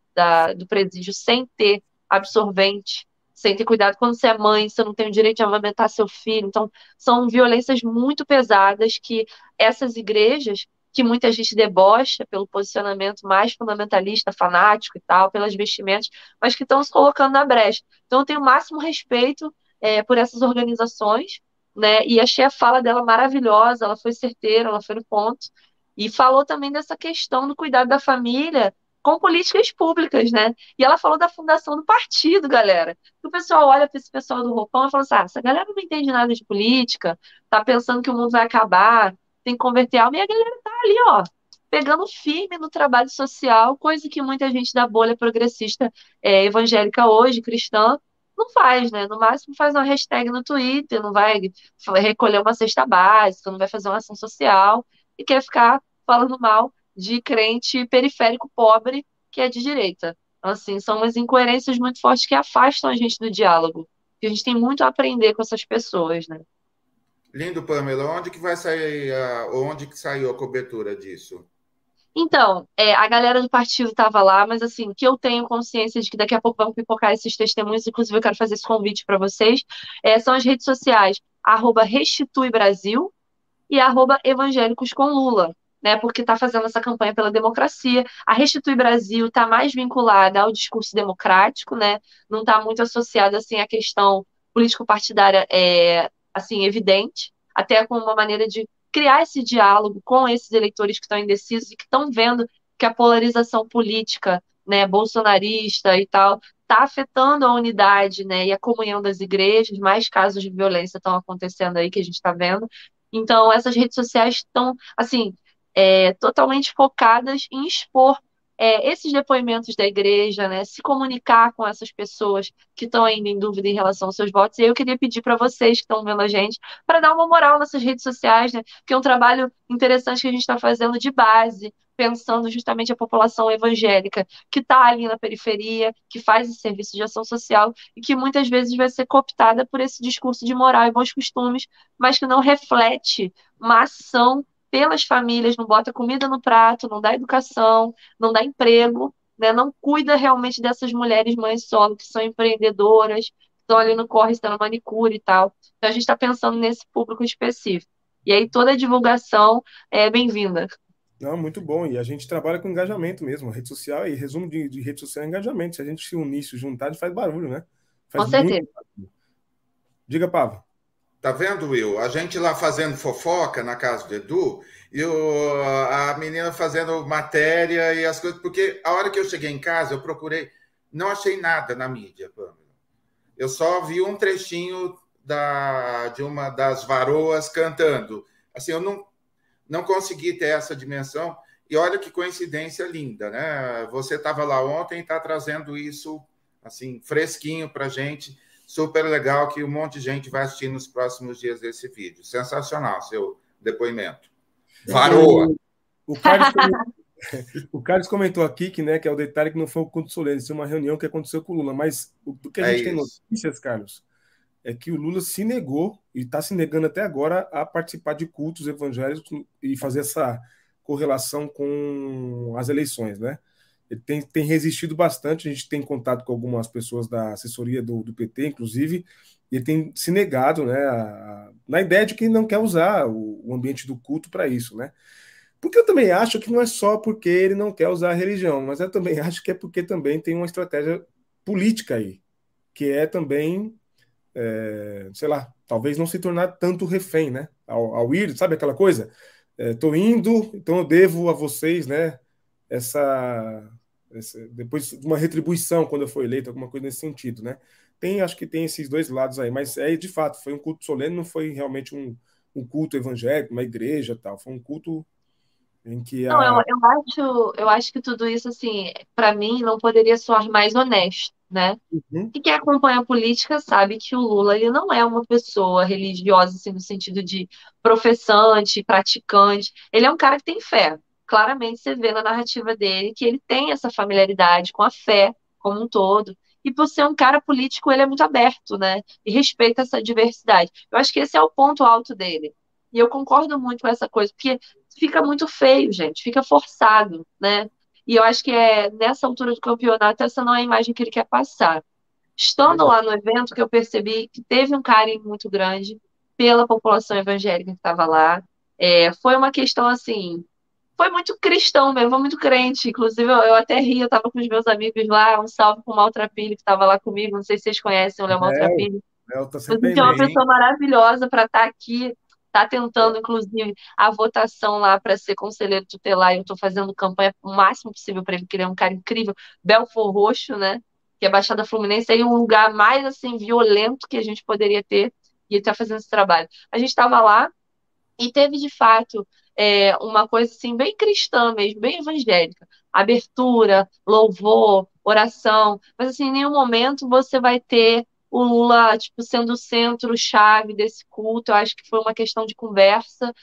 do presídio sem ter absorvente, sem ter cuidado. Quando você é mãe, você não tem o direito de amamentar seu filho. Então, são violências muito pesadas que essas igrejas, que muita gente debocha pelo posicionamento mais fundamentalista, fanático e tal, pelas vestimentas, mas que estão se colocando na brecha. Então, eu tenho o máximo respeito por essas organizações, né? E achei a fala dela maravilhosa, ela foi certeira, ela foi no ponto. E falou também dessa questão do cuidado da família com políticas públicas, né? E ela falou da fundação do partido, galera. Que o pessoal olha para esse pessoal do roupão e fala assim: ah, essa galera não entende nada de política, tá pensando que o mundo vai acabar, tem que converter alma. E a galera tá ali, ó, pegando firme no trabalho social, coisa que muita gente da bolha progressista evangélica hoje, cristã, não faz, né? No máximo faz uma hashtag no Twitter, não vai recolher uma cesta básica, não vai fazer uma ação social e quer ficar falando mal de crente periférico pobre que é de direita. Então, assim, são umas incoerências muito fortes que afastam a gente do diálogo. E a gente tem muito a aprender com essas pessoas, né? Lindo, Pamela. Onde que vai sair, onde que saiu a cobertura disso? Então, a galera do partido estava lá, mas assim, que eu tenho consciência de que daqui a pouco vão pipocar esses testemunhos, inclusive eu quero fazer esse convite para vocês, são as redes sociais, @Restitui Brasil e @Evangélicos com Lula, né? Porque está fazendo essa campanha pela democracia. A Restitui Brasil está mais vinculada ao discurso democrático, né? Não está muito associada assim à questão político-partidária assim evidente, até com uma maneira de criar esse diálogo com esses eleitores que estão indecisos e que estão vendo que a polarização política, né, bolsonarista e tal, está afetando a unidade, né, e a comunhão das igrejas. Mais casos de violência estão acontecendo aí que a gente está vendo. Então, essas redes sociais estão, assim, totalmente focadas em expor esses depoimentos da igreja, né? Se comunicar com essas pessoas que estão ainda em dúvida em relação aos seus votos. E eu queria pedir para vocês que estão vendo a gente para dar uma moral nessas redes sociais, né? Que é um trabalho interessante que a gente está fazendo de base, pensando justamente a população evangélica que está ali na periferia, que faz esse serviço de ação social e que muitas vezes vai ser cooptada por esse discurso de moral e bons costumes, mas que não reflete uma ação pelas famílias, não bota comida no prato, não dá educação, não dá emprego, né? Não cuida realmente dessas mulheres mães solo que são empreendedoras, que estão ali no corre, estão na manicure e tal. Então a gente está pensando nesse público específico. E aí toda a divulgação é bem-vinda. Não, muito bom. E a gente trabalha com engajamento mesmo. A rede social, e resumo de rede social é engajamento. Se a gente se unir, se juntar, a gente faz barulho, né? Com Faz muito certeza. barulho. Diga, Pava. Tá vendo, Will? A gente lá fazendo fofoca na casa do Edu e a menina fazendo matéria e as coisas, porque a hora que eu cheguei em casa, eu procurei Não achei nada na mídia, Pâmela. Eu só vi um trechinho de uma das varoas cantando. Assim, eu não consegui ter essa dimensão. E olha que coincidência linda, né? Você estava lá ontem e está trazendo isso assim fresquinho para a gente. Super legal que um monte de gente vai assistir nos próximos dias esse vídeo. Sensacional seu depoimento. Varoa! O Carlos comentou aqui que, né, que é o detalhe que não foi um culto solene, isso é uma reunião que aconteceu com o Lula. Mas do que a gente tem notícias, Carlos, é que o Lula se negou, e está se negando até agora, a participar de cultos evangélicos e fazer essa correlação com as eleições, né? Ele tem resistido bastante, a gente tem contato com algumas pessoas da assessoria do PT, inclusive, e ele tem se negado, né, na ideia de que não quer usar o ambiente do culto para isso, né? Porque eu também acho que não é só porque ele não quer usar a religião, mas eu também acho que é porque também tem uma estratégia política aí, que é também, sei lá, talvez não se tornar tanto refém, né? Ao ir, sabe aquela coisa? Estou indo, então eu devo a vocês, né? Depois de uma retribuição quando eu for eleito, alguma coisa nesse sentido, né? Acho que tem esses dois lados aí, mas de fato, foi um culto solene, não foi realmente um culto evangélico, uma igreja tal, foi um culto em que Não, eu acho que tudo isso, assim, para mim, não poderia soar mais honesto, né? Uhum. E quem acompanha a política sabe que o Lula ele não é uma pessoa religiosa, assim, no sentido de professante, praticante. Ele é um cara que tem fé. Claramente você vê na narrativa dele que ele tem essa familiaridade com a fé como um todo. E por ser um cara político, ele é muito aberto, né? E respeita essa diversidade. Eu acho que esse é o ponto alto dele. E eu concordo muito com essa coisa, porque fica muito feio, gente, fica forçado, né? E eu acho que nessa altura do campeonato, essa não é a imagem que ele quer passar. Estando lá no evento, que eu percebi que teve um carinho muito grande pela população evangélica que estava lá. Foi uma questão assim, foi muito cristão mesmo, foi muito crente. Inclusive, eu até ri, eu estava com os meus amigos lá, um salve com o Maltrapilho, que estava lá comigo. Não sei se vocês conhecem o Léo Maltrapilho. Tá sempre Você aí é uma mesmo. pessoa maravilhosa para estar aqui. Está tentando, inclusive, a votação lá para ser conselheiro tutelar. Eu estou fazendo campanha o máximo possível para ele, porque ele é um cara incrível. Belfor Roxo, né? Que é Baixada Fluminense, aí um lugar mais assim violento que a gente poderia ter. E ele está fazendo esse trabalho. A gente estava lá e teve, de fato, uma coisa assim, bem cristã mesmo, bem evangélica. Abertura, louvor, oração. Mas, assim, em nenhum momento você vai ter o Lula, tipo, sendo o centro-chave desse culto. Eu acho que foi uma questão de conversa.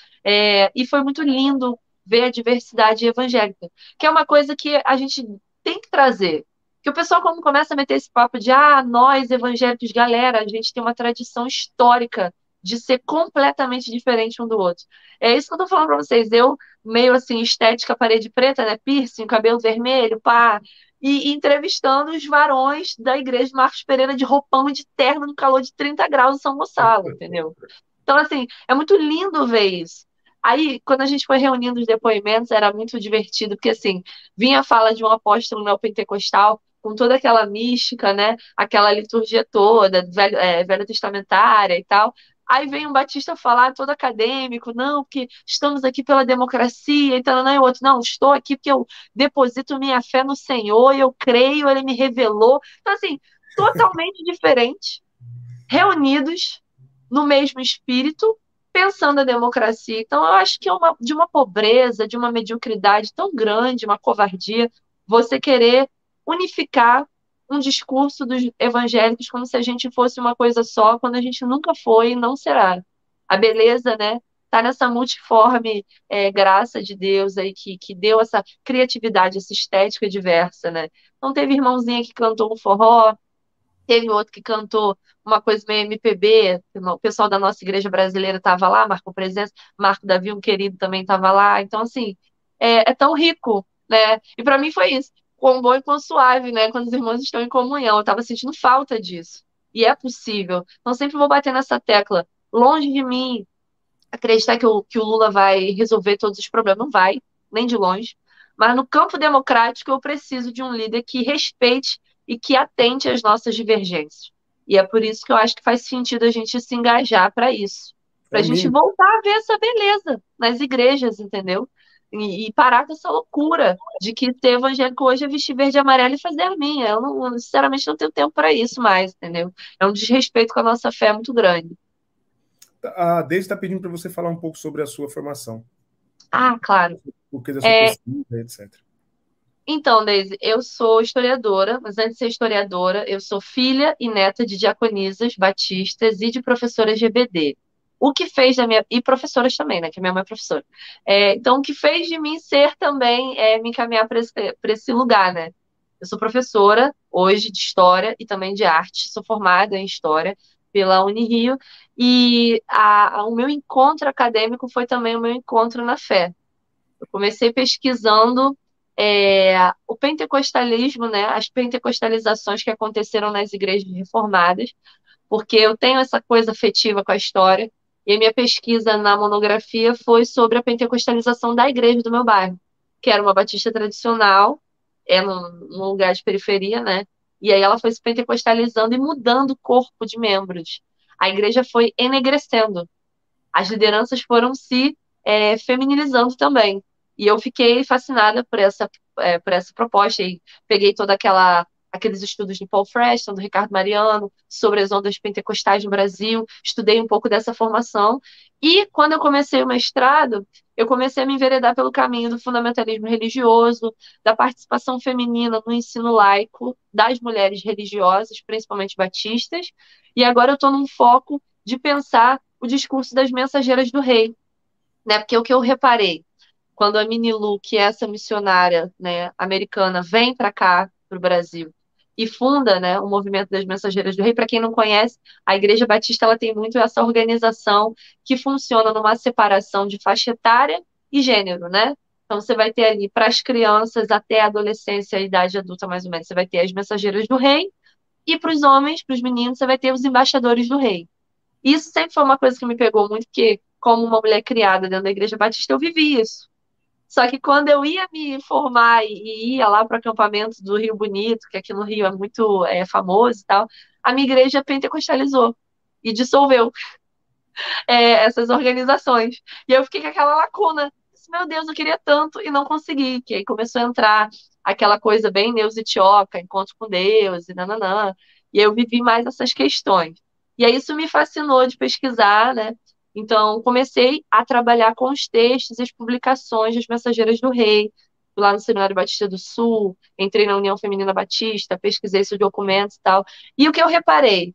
E foi muito lindo ver a diversidade evangélica, que é uma coisa que a gente tem que trazer. Que o pessoal, quando começa a meter esse papo de nós evangélicos, galera, a gente tem uma tradição histórica de ser completamente diferente um do outro. É isso que eu tô falando pra vocês. Eu, meio assim, estética parede preta, né? Piercing, cabelo vermelho, pá. E entrevistando os varões da igreja de Marcos Pereira de roupão e de terno no calor de 30 graus em São Gonçalo, entendeu? Então, assim, é muito lindo ver isso. Aí, quando a gente foi reunindo os depoimentos, era muito divertido, porque, assim, vinha a fala de um apóstolo neopentecostal, com toda aquela mística, né? Aquela liturgia toda, velho testamentária e tal. Aí vem um Batista falar todo acadêmico, não, porque estamos aqui pela democracia, então não é outro, não, estou aqui porque eu deposito minha fé no Senhor, eu creio, ele me revelou. Então, assim, totalmente diferente, reunidos no mesmo espírito, pensando a democracia. Então, eu acho que de uma pobreza, de uma mediocridade tão grande, uma covardia, você querer unificar um discurso dos evangélicos como se a gente fosse uma coisa só, quando a gente nunca foi e não será. A beleza, né? Tá nessa multiforme graça de Deus aí que deu essa criatividade, essa estética diversa, né? Então teve irmãozinha que cantou um forró, teve outro que cantou uma coisa meio MPB, o pessoal da nossa igreja brasileira estava lá, marcou presença, Marco Davi, um querido, também estava lá. Então, assim, é tão rico, né? E para mim foi isso, quão bom e quão suave, né? Quando os irmãos estão em comunhão. Eu estava sentindo falta disso. E é possível. Então, sempre vou bater nessa tecla. Longe de mim acreditar que o Lula vai resolver todos os problemas. Não vai, nem de longe. Mas no campo democrático, eu preciso de um líder que respeite e que atente às nossas divergências. E é por isso que eu acho que faz sentido a gente se engajar para isso. Para É a o gente mínimo. voltar a ver essa beleza nas igrejas, entendeu? E parar com essa loucura de que ser evangélico hoje é vestir verde e amarelo e fazer a minha. Eu, não, sinceramente, não tenho tempo para isso mais, entendeu? É um desrespeito com a nossa fé muito grande. A Deise está pedindo para você falar um pouco sobre a sua formação. Ah, claro. O que da sua pesquisa, etc. Então, Deise, eu sou historiadora, mas antes de ser historiadora, eu sou filha e neta de diaconisas batistas e de professoras de EBD. O que fez da minha. E professoras também, né? Que minha mãe é professora. Então, o que fez de mim ser também me encaminhar para esse lugar, né? Eu sou professora hoje de História e também de Arte. Sou formada em História pela Unirio. E o meu encontro acadêmico foi também o meu encontro na fé. Eu comecei pesquisando o pentecostalismo, né, as pentecostalizações que aconteceram nas igrejas reformadas, porque eu tenho essa coisa afetiva com a história, e a minha pesquisa na monografia foi sobre a pentecostalização da igreja do meu bairro, que era uma batista tradicional, num lugar de periferia, né? E aí ela foi se pentecostalizando e mudando o corpo de membros. A igreja foi enegrecendo, as lideranças foram se feminilizando também. E eu fiquei fascinada por essa proposta e peguei toda aqueles estudos de Paul Freston, do Ricardo Mariano, sobre as ondas pentecostais no Brasil, estudei um pouco dessa formação. E quando eu comecei o mestrado, eu comecei a me enveredar pelo caminho do fundamentalismo religioso, da participação feminina no ensino laico das mulheres religiosas, principalmente batistas. E agora eu estou num foco de pensar o discurso das mensageiras do rei, né? Porque o que eu reparei, quando a Minilu, que é essa missionária, né, americana, vem para cá, para o Brasil, e funda, né, o movimento das Mensageiras do Rei. Para quem não conhece, a Igreja Batista ela tem muito essa organização que funciona numa separação de faixa etária e gênero, né? Então você vai ter ali para as crianças até a adolescência, a idade adulta mais ou menos, você vai ter as Mensageiras do Rei, e para os homens, para os meninos, você vai ter os embaixadores do rei. Isso sempre foi uma coisa que me pegou muito, porque, como uma mulher criada dentro da Igreja Batista, eu vivi isso. Só que quando eu ia me formar e ia lá para o acampamento do Rio Bonito, que aqui no Rio é muito famoso e tal, a minha igreja pentecostalizou e dissolveu essas organizações. E eu fiquei com aquela lacuna. Meu Deus, eu queria tanto e não consegui. Que aí começou a entrar aquela coisa bem Neus e Tioca, encontro com Deus e nananã. E aí eu vivi mais essas questões. E aí isso me fascinou de pesquisar, né? Então comecei a trabalhar com os textos e as publicações das Mensageiras do Rei, lá no Seminário Batista do Sul, entrei na União Feminina Batista, pesquisei esses documentos e tal. E o que eu reparei?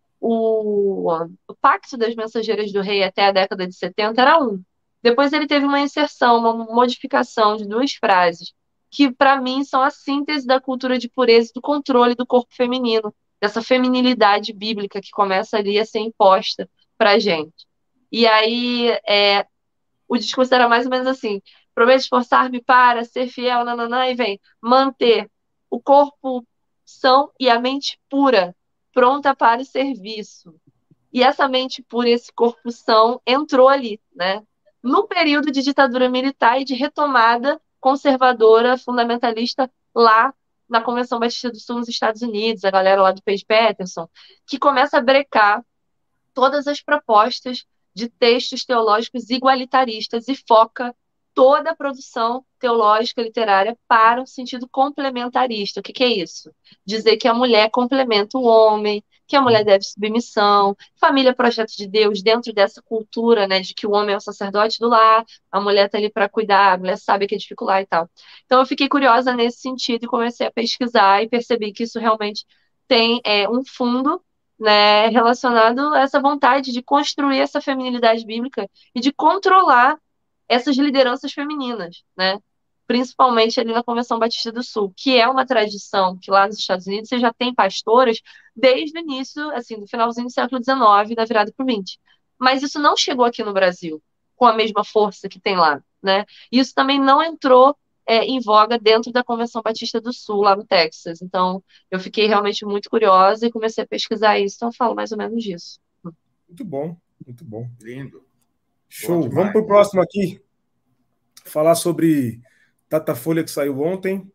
O Pacto das Mensageiras do Rei até a década de 70 era um. Depois ele teve uma inserção, uma modificação de duas frases, que para mim são a síntese da cultura de pureza e do controle do corpo feminino, dessa feminilidade bíblica que começa ali a ser imposta para a gente. E aí o discurso era mais ou menos assim: prometo esforçar-me para ser fiel, nananã, e vem manter o corpo são e a mente pura, pronta para o serviço. E essa mente pura, esse corpo são, entrou ali, né? No período de ditadura militar e de retomada conservadora, fundamentalista, lá na Convenção Batista do Sul, nos Estados Unidos, a galera lá do Paige Patterson, que começa a brecar todas as propostas de textos teológicos igualitaristas e foca toda a produção teológica literária para um sentido complementarista. O que, que é isso? Dizer que a mulher complementa o homem, que a mulher deve submissão, família projeto de Deus dentro dessa cultura, né, de que o homem é o sacerdote do lar, a mulher está ali para cuidar, a mulher sabe que é dificuldade e tal. Então eu fiquei curiosa nesse sentido e comecei a pesquisar e percebi que isso realmente tem um fundo, né, relacionado a essa vontade de construir essa feminilidade bíblica e de controlar essas lideranças femininas, né? Principalmente ali na Convenção Batista do Sul, que é uma tradição que lá nos Estados Unidos você já tem pastoras desde o início, assim, do finalzinho do século XIX, da virada para o XX. Mas isso não chegou aqui no Brasil com a mesma força que tem lá, né? Isso também não entrou em voga dentro da Convenção Batista do Sul, lá no Texas. Então, eu fiquei realmente muito curiosa e comecei a pesquisar isso, então eu falo mais ou menos disso. Muito bom, muito bom. Lindo. Show. Vamos para o próximo aqui. Falar sobre Datafolha que saiu ontem.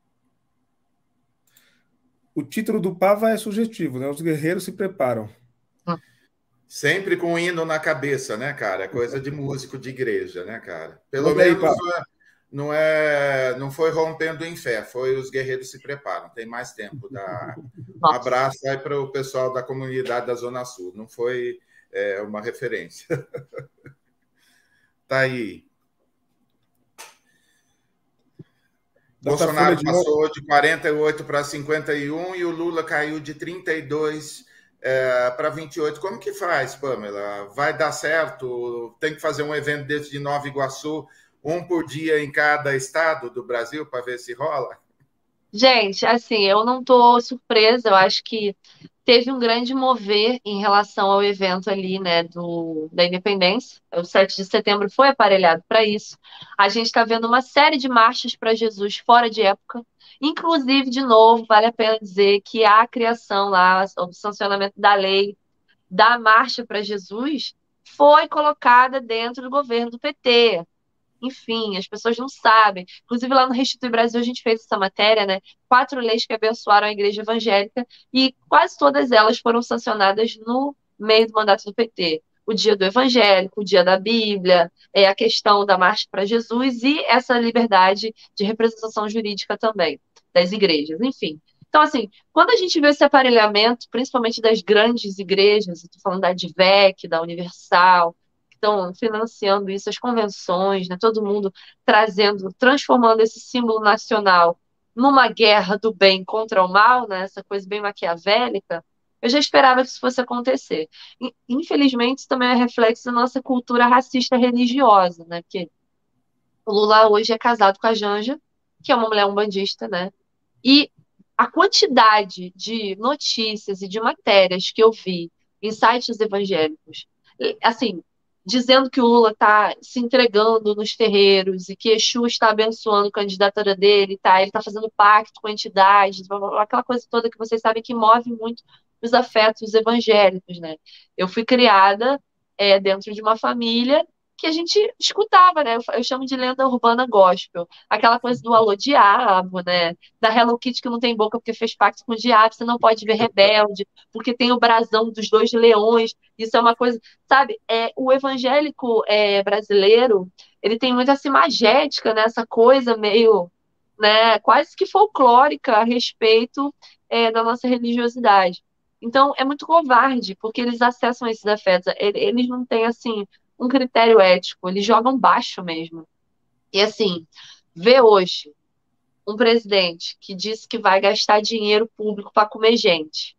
O título do Pava é sugestivo, né? Os guerreiros se preparam. Sempre com um hino na cabeça, né, cara? Coisa de músico de igreja, né, cara? Pelo menos não foi rompendo em fé, foi os guerreiros se preparam, tem mais tempo. Um Nossa. abraço aí para o pessoal da comunidade da Zona Sul, não foi uma referência. Tá aí. Bolsonaro passou de 48 para 51 e o Lula caiu de 32 para 28. Como que faz, Pamela? Vai dar certo? Tem que fazer um evento desse de Nova Iguaçu, um por dia em cada estado do Brasil para ver se rola? Gente, assim, eu não tô surpresa, eu acho que teve um grande mover em relação ao evento ali, né, da Independência. O 7 de setembro foi aparelhado para isso. A gente está vendo uma série de marchas para Jesus fora de época. Inclusive, de novo, vale a pena dizer que a criação lá, o sancionamento da lei da Marcha para Jesus foi colocada dentro do governo do PT. Enfim, as pessoas não sabem. Inclusive, lá no Restitui Brasil, a gente fez essa matéria, né? 4 leis que abençoaram a igreja evangélica e quase todas elas foram sancionadas no meio do mandato do PT. O dia do evangélico, o dia da Bíblia, a questão da marcha para Jesus e essa liberdade de representação jurídica também das igrejas. Enfim. Então, assim, quando a gente vê esse aparelhamento, principalmente das grandes igrejas, estou falando da Advec, da Universal, estão financiando isso, as convenções, né? Todo mundo trazendo, transformando esse símbolo nacional numa guerra do bem contra o mal, né? Essa coisa bem maquiavélica. Eu já esperava que isso fosse acontecer. Infelizmente, isso também é reflexo da nossa cultura racista religiosa, né? Porque o Lula hoje é casado com a Janja, que é uma mulher umbandista, né? E a quantidade de notícias e de matérias que eu vi em sites evangélicos, assim, dizendo que o Lula está se entregando nos terreiros e que Exu está abençoando a candidatura dele, tá? Ele está fazendo pacto com entidades, blá, blá, blá, aquela coisa toda que vocês sabem que move muito os afetos evangélicos, né? Eu fui criada dentro de uma família que a gente escutava, né? Eu chamo de lenda urbana gospel. Aquela coisa do alô diabo, né? Da Hello Kitty que não tem boca porque fez pacto com o diabo, você não pode ver Rebelde, porque tem o brasão dos 2 leões. Isso é uma coisa, sabe? O evangélico brasileiro, ele tem muito essa imagética, né? Essa coisa meio, né? Quase que folclórica a respeito da nossa religiosidade. Então, é muito covarde, porque eles acessam esses afetos. Eles não têm, assim, um critério ético, eles jogam baixo mesmo. E, assim, ver hoje um presidente que disse que vai gastar dinheiro público para comer gente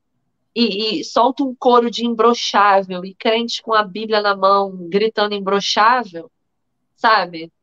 e solta um coro de imbrochável e crentes com a Bíblia na mão gritando imbrochável, sabe?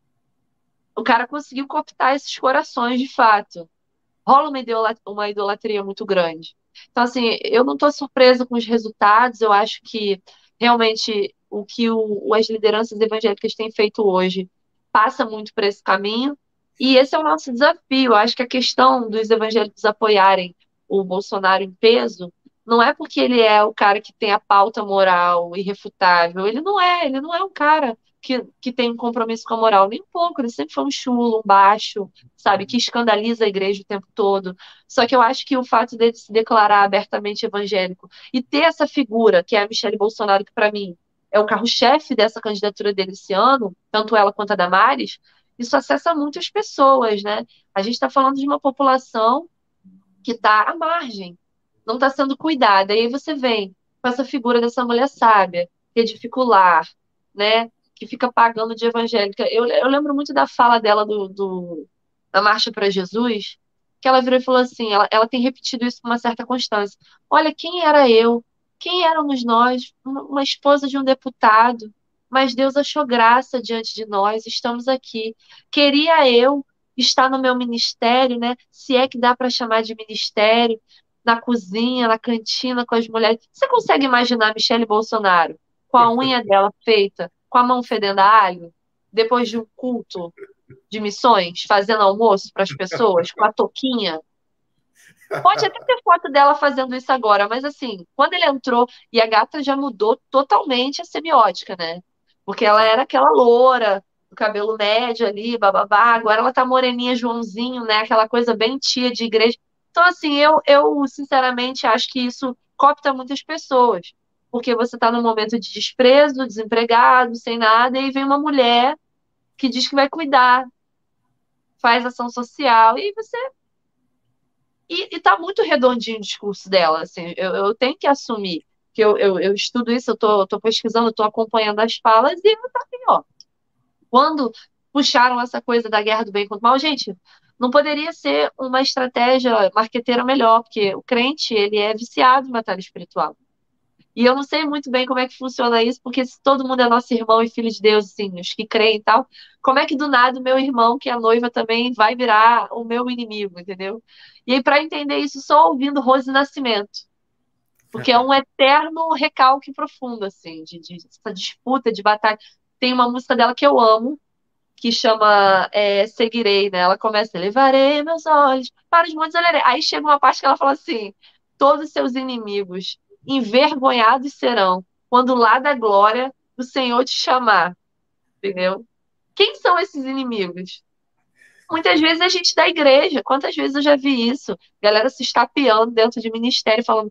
O cara conseguiu cooptar esses corações de fato. Rola uma idolatria muito grande. Então, assim, eu não estou surpresa com os resultados, eu acho que realmente o que as lideranças evangélicas têm feito hoje passa muito por esse caminho, e esse é o nosso desafio. Eu acho que a questão dos evangélicos apoiarem o Bolsonaro em peso não é porque ele é o cara que tem a pauta moral irrefutável. Ele não é um cara que tem um compromisso com a moral, nem um pouco. Ele sempre foi um chulo, um baixo, sabe, que escandaliza a igreja o tempo todo. Só que eu acho que o fato dele se declarar abertamente evangélico e ter essa figura, que é a Michelle Bolsonaro, que para mim é o carro-chefe dessa candidatura dele esse ano, tanto ela quanto a Damares, isso acessa muitas pessoas, né? A gente está falando de uma população que está à margem, não está sendo cuidada. E aí você vem com essa figura dessa mulher sábia, que é dificular, né? Que fica pagando de evangélica. Eu lembro muito da fala dela da Marcha para Jesus, que ela virou e falou assim: ela tem repetido isso com uma certa constância. Olha, quem era eu? Quem éramos nós? Uma esposa de um deputado. Mas Deus achou graça diante de nós, estamos aqui. Queria eu estar no meu ministério, né? Se é que dá para chamar de ministério, na cozinha, na cantina com as mulheres. Você consegue imaginar a Michelle Bolsonaro com a unha dela feita, com a mão fedendo a alho, depois de um culto de missões, fazendo almoço para as pessoas, com a touquinha? Pode até ter foto dela fazendo isso agora, mas assim, quando ele entrou, e a gata já mudou totalmente a semiótica, né? Porque ela era aquela loura, o cabelo médio ali, bababá, agora ela tá moreninha, Joãozinho, né? Aquela coisa bem tia de igreja. Então, assim, eu sinceramente acho que isso coopta muitas pessoas, porque você tá num momento de desprezo, desempregado, sem nada, e vem uma mulher que diz que vai cuidar. faz ação social, e você. E tá muito redondinho o discurso dela, assim, eu tenho que assumir que eu estudo isso, eu tô pesquisando, eu tô acompanhando as falas, e ela tá assim, ó. Quando puxaram essa coisa da guerra do bem contra o mal, gente, não poderia ser uma estratégia marqueteira melhor, porque o crente, ele é viciado em batalha espiritual. E eu não sei muito bem como é que funciona isso, porque se todo mundo é nosso irmão e filho de Deus, assim, os que creem e tal, como é que do nada o meu irmão, que é noiva, também vai virar o meu inimigo, entendeu? E aí, para entender isso, só ouvindo Rose Nascimento, porque é um eterno recalque profundo, assim, de essa disputa, de batalha. Tem uma música dela que eu amo, que chama Seguirei, né? Ela começa, levarei meus olhos para os montes olharei. Aí chega uma parte que ela fala assim, todos os seus inimigos envergonhados serão, quando lá da glória o Senhor te chamar, entendeu? Quem são esses inimigos? Muitas vezes a gente da igreja, quantas vezes eu já vi isso? Galera se estapeando dentro de ministério, falando,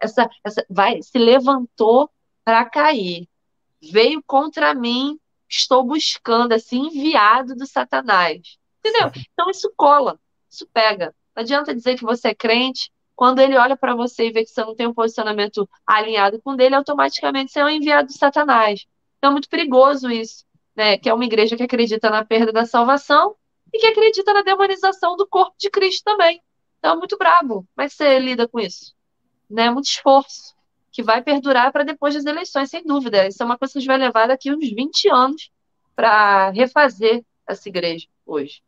se levantou para cair, veio contra mim, estou buscando, assim, enviado do Satanás. Entendeu? Então isso cola, isso pega. Não adianta dizer que você é crente, quando ele olha para você e vê que você não tem um posicionamento alinhado com o dele, automaticamente você é um enviado do Satanás. Então é muito perigoso isso, né? Que é uma igreja que acredita na perda da salvação e que acredita na demonização do corpo de Cristo também. Então é muito brabo. Como é que você lida com isso? Né? Muito esforço que vai perdurar para depois das eleições, sem dúvida. Isso é uma coisa que a gente vai levar daqui uns 20 anos para refazer essa igreja hoje.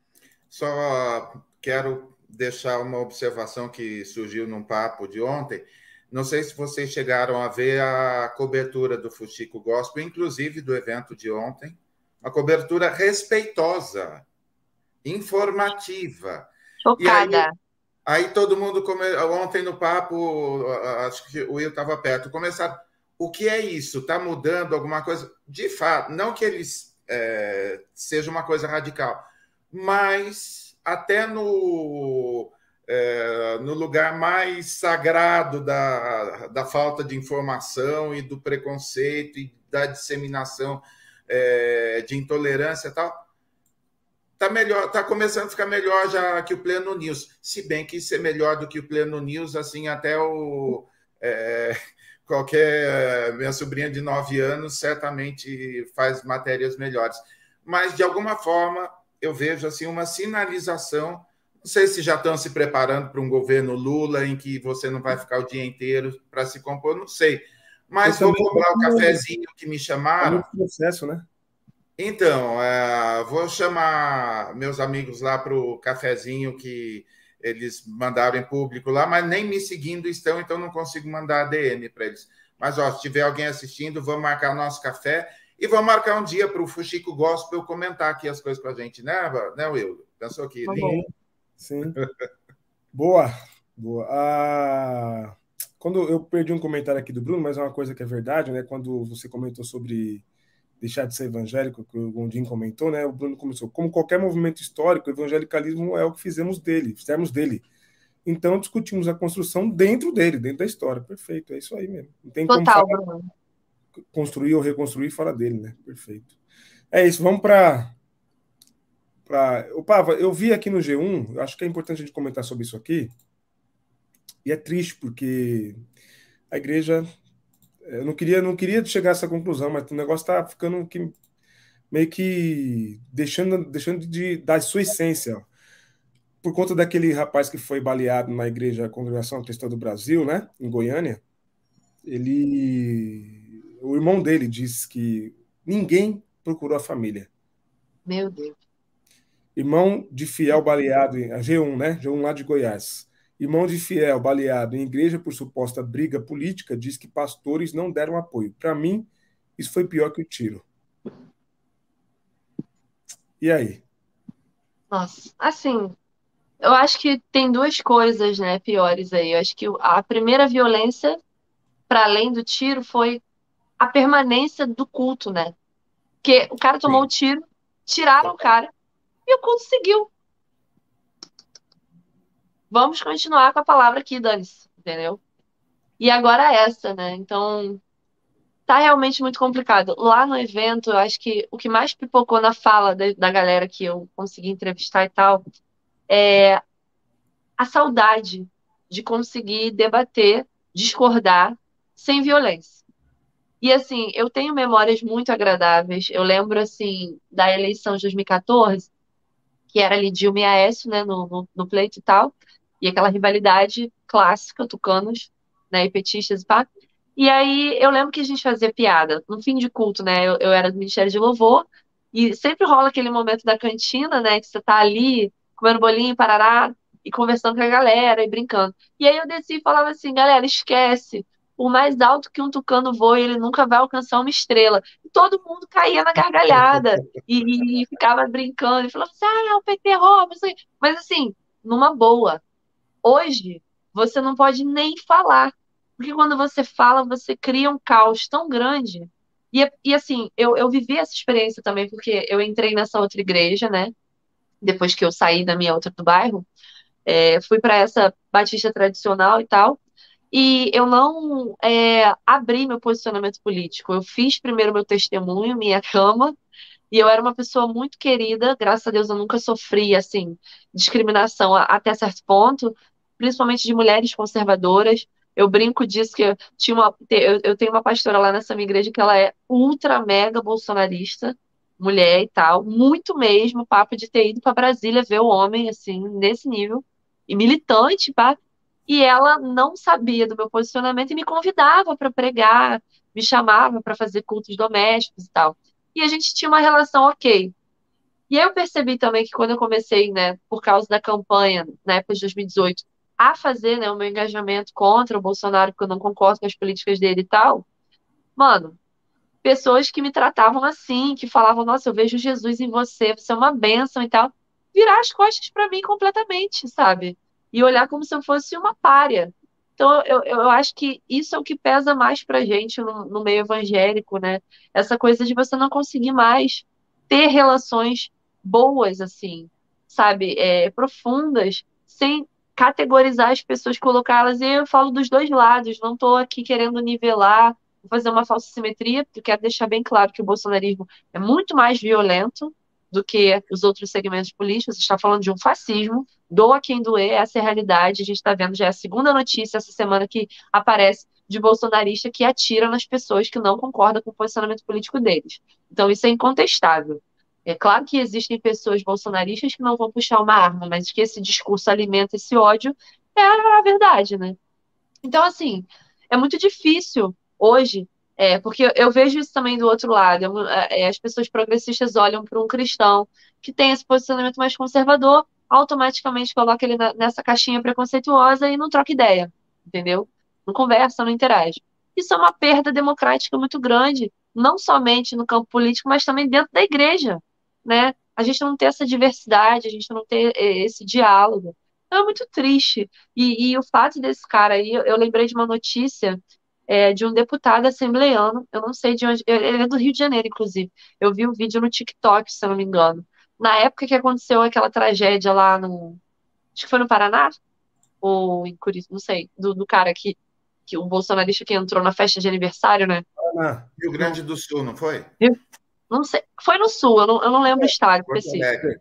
Só quero deixar uma observação que surgiu num papo de ontem. Não sei se vocês chegaram a ver a cobertura do Fuxico Gospel, inclusive do evento de ontem. Uma cobertura respeitosa, informativa. E Chocada. aí todo mundo, ontem no papo, acho que o Will estava perto, começaram, o que é isso? Está mudando alguma coisa? De fato, não que eles seja uma coisa radical, mas até no lugar mais sagrado da falta de informação e do preconceito e da disseminação de intolerância e tal, tá melhor, tá começando a ficar melhor já que o Pleno News. Se bem que ser melhor do que o Pleno News, assim, até qualquer minha sobrinha de 9 anos certamente faz matérias melhores. Mas, de alguma forma, eu vejo assim uma sinalização. Não sei se já estão se preparando para um governo Lula em que você não vai ficar o dia inteiro para se compor, não sei. Mas vou comprar o cafezinho que me chamaram. É muito processo, né? Então, vou chamar meus amigos lá para o cafezinho que eles mandaram em público lá, mas nem me seguindo estão, então não consigo mandar ADM para eles. Mas, ó, se tiver alguém assistindo, vamos marcar nosso café e vamos marcar um dia para o Fuxico Gospel comentar aqui as coisas com a gente, né, Will? Pensou que... Sim. Boa, boa. Quando eu perdi um comentário aqui do Bruno, mas é uma coisa que é verdade, né? Quando você comentou sobre deixar de ser evangélico, que o Gondim comentou, né? O Bruno começou. Como qualquer movimento histórico, o evangelicalismo é o que fizemos dele. Então discutimos a construção dentro dele, dentro da história. Perfeito, é isso aí mesmo. Não tem Total, como Bruno. Construir ou reconstruir fora dele, né? Perfeito. É isso, vamos para. Opa, eu vi aqui no G1, acho que é importante a gente comentar sobre isso aqui, e é triste, porque a igreja. Eu não queria chegar a essa conclusão, mas o negócio está ficando meio que deixando dar sua essência. Ó. Por conta daquele rapaz que foi baleado na igreja Congregação Cristã do Brasil, né, em Goiânia, o irmão dele disse que ninguém procurou a família. Meu Deus. Irmão de fiel baleado em G1, né? G1 lá de Goiás. Irmão de fiel baleado em igreja por suposta briga política diz que pastores não deram apoio. Para mim, isso foi pior que o tiro. E aí? Nossa, assim, eu acho que tem duas coisas, né, piores aí. Eu acho que a primeira violência, para além do tiro, foi a permanência do culto, né? Porque o cara tomou o tiro, tiraram o cara e o culto seguiu. Vamos continuar com a palavra aqui, dane-se, entendeu? E agora essa, né? Então, tá realmente muito complicado. Lá no evento, eu acho que o que mais pipocou na fala da galera que eu consegui entrevistar e tal, é a saudade de conseguir debater, discordar, sem violência. E assim, eu tenho memórias muito agradáveis. Eu lembro assim da eleição de 2014, que era ali Dilma e Aécio, né, no pleito e tal, e aquela rivalidade clássica, tucanos, né, e petistas e pá. E aí eu lembro que a gente fazia piada no fim de culto, né? Eu era do Ministério de Louvor e sempre rola aquele momento da cantina, né, que você tá ali comendo bolinho, parará, e conversando com a galera e brincando. E aí eu desci e falava assim, galera, esquece. Por mais alto que um tucano voe, ele nunca vai alcançar uma estrela. E todo mundo caía na gargalhada e ficava brincando e falava assim, ah, o PT rouba, isso aí. Mas assim, numa boa. Hoje, você não pode nem falar. Porque quando você fala, você cria um caos tão grande. E assim, eu vivi essa experiência também, porque eu entrei nessa outra igreja, né? Depois que eu saí da minha outra do bairro, fui para essa batista tradicional e tal. E eu não abri meu posicionamento político. Eu fiz primeiro meu testemunho, minha cama, e eu era uma pessoa muito querida, graças a Deus eu nunca sofri, assim, discriminação até certo ponto, principalmente de mulheres conservadoras. Eu brinco disso que eu tenho uma pastora lá nessa minha igreja que ela é ultra mega bolsonarista, mulher e tal, muito mesmo, papo de ter ido para Brasília ver o homem, assim, nesse nível, e militante, pá. E ela não sabia do meu posicionamento e me convidava para pregar, me chamava para fazer cultos domésticos e tal. E a gente tinha uma relação ok. E aí eu percebi também que quando eu comecei, né, por causa da campanha, na época de 2018, a fazer, né, o meu engajamento contra o Bolsonaro, porque eu não concordo com as políticas dele e tal, mano, pessoas que me tratavam assim, que falavam, nossa, eu vejo Jesus em você, você é uma bênção e tal, virar as costas pra mim completamente, sabe? E olhar como se eu fosse uma pária. Então, eu acho que isso é o que pesa mais pra gente no meio evangélico, né? Essa coisa de você não conseguir mais ter relações boas, assim, sabe? Profundas, sem categorizar as pessoas, colocá-las. E eu falo dos dois lados, não estou aqui querendo nivelar, fazer uma falsa simetria, porque eu quero deixar bem claro que o bolsonarismo é muito mais violento do que os outros segmentos políticos. Você está falando de um fascismo, doa quem doer, essa é a realidade. A gente está vendo já a segunda notícia essa semana que aparece de bolsonarista que atira nas pessoas que não concordam com o posicionamento político deles. Então, isso é incontestável. É claro que existem pessoas bolsonaristas que não vão puxar uma arma, mas que esse discurso alimenta esse ódio é a verdade, né? Então, assim, é muito difícil hoje, porque eu vejo isso também do outro lado. As pessoas progressistas olham para um cristão que tem esse posicionamento mais conservador, automaticamente coloca ele nessa caixinha preconceituosa e não troca ideia, entendeu? Não conversa, não interage. Isso é uma perda democrática muito grande, não somente no campo político, mas também dentro da igreja, né? A gente não ter essa diversidade, a gente não ter esse diálogo. Então, é muito triste. E o fato desse cara aí, eu lembrei de uma notícia de um deputado assembleiano, eu não sei de onde, ele é do Rio de Janeiro, inclusive. Eu vi um vídeo no TikTok, se eu não me engano. Na época que aconteceu aquela tragédia lá no. Acho que foi no Paraná? Ou em Curitiba, não sei. Do cara que o bolsonarista que entrou na festa de aniversário, né? Ah, Rio não. Grande do Sul, não foi? Não sei. Foi no Sul, eu não lembro o estado Porto específico. Alegre.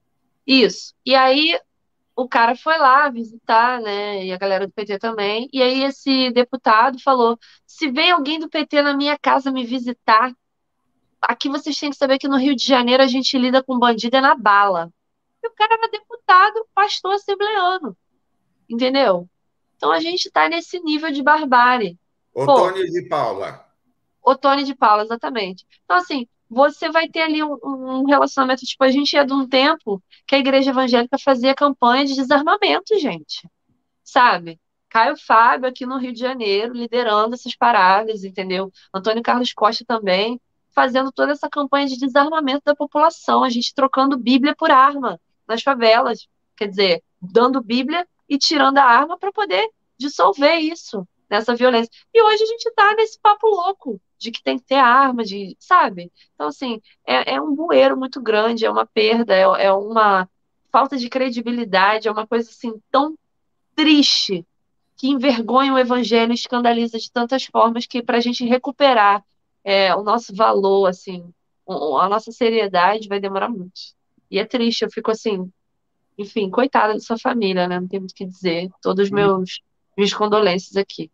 Isso. E aí o cara foi lá visitar, né? E a galera do PT também. E aí esse deputado falou: se vem alguém do PT na minha casa me visitar, aqui vocês têm que saber que no Rio de Janeiro a gente lida com bandido é na bala. E o cara era deputado, pastor assembleano, entendeu? Então a gente tá nesse nível de barbárie. Pô, Otônio de Paula. Otone de Paula, exatamente. Então, assim, você vai ter ali um relacionamento. Tipo, a gente é de um tempo que a igreja evangélica fazia campanha de desarmamento, gente. Sabe? Caio Fábio aqui no Rio de Janeiro, liderando essas paradas, entendeu? Antônio Carlos Costa também, fazendo toda essa campanha de desarmamento da população, a gente trocando Bíblia por arma nas favelas. Quer dizer, dando Bíblia e tirando a arma para poder dissolver isso, nessa violência. E hoje a gente tá nesse papo louco de que tem que ter arma, de, sabe? Então, assim, é um bueiro muito grande, é uma perda, é uma falta de credibilidade, é uma coisa assim tão triste, que envergonha o evangelho e escandaliza de tantas formas que para a gente recuperar o nosso valor, assim, a nossa seriedade vai demorar muito. E é triste, eu fico assim, enfim, coitada de sua família, né? Não tem muito o que dizer. Todos os minhas condolências aqui.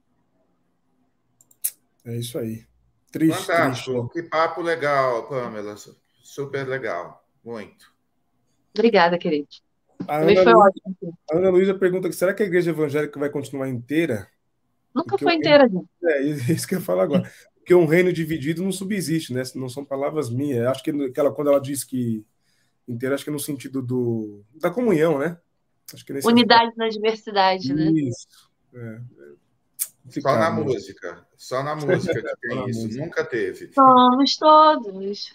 É isso aí. Triste, triste, Fantástico. né? Que papo legal, Pamela. Super legal. Muito. Obrigada, querido. A Também Ana foi Luísa, ótimo. a Ana Luísa pergunta que será que a igreja evangélica vai continuar inteira? Nunca Porque o foi reino, inteira, gente. isso que eu ia falar agora. Porque um reino dividido não subsiste, né? Não são palavras minhas. Eu acho que quando ela diz que inteira, acho que é no sentido da comunhão, né? Acho que nesse aspecto. Unidade na diversidade, né? Isso. É, Só na complicado mesmo. música. Só na música que Só na tem isso. música. Nunca teve. Somos todos.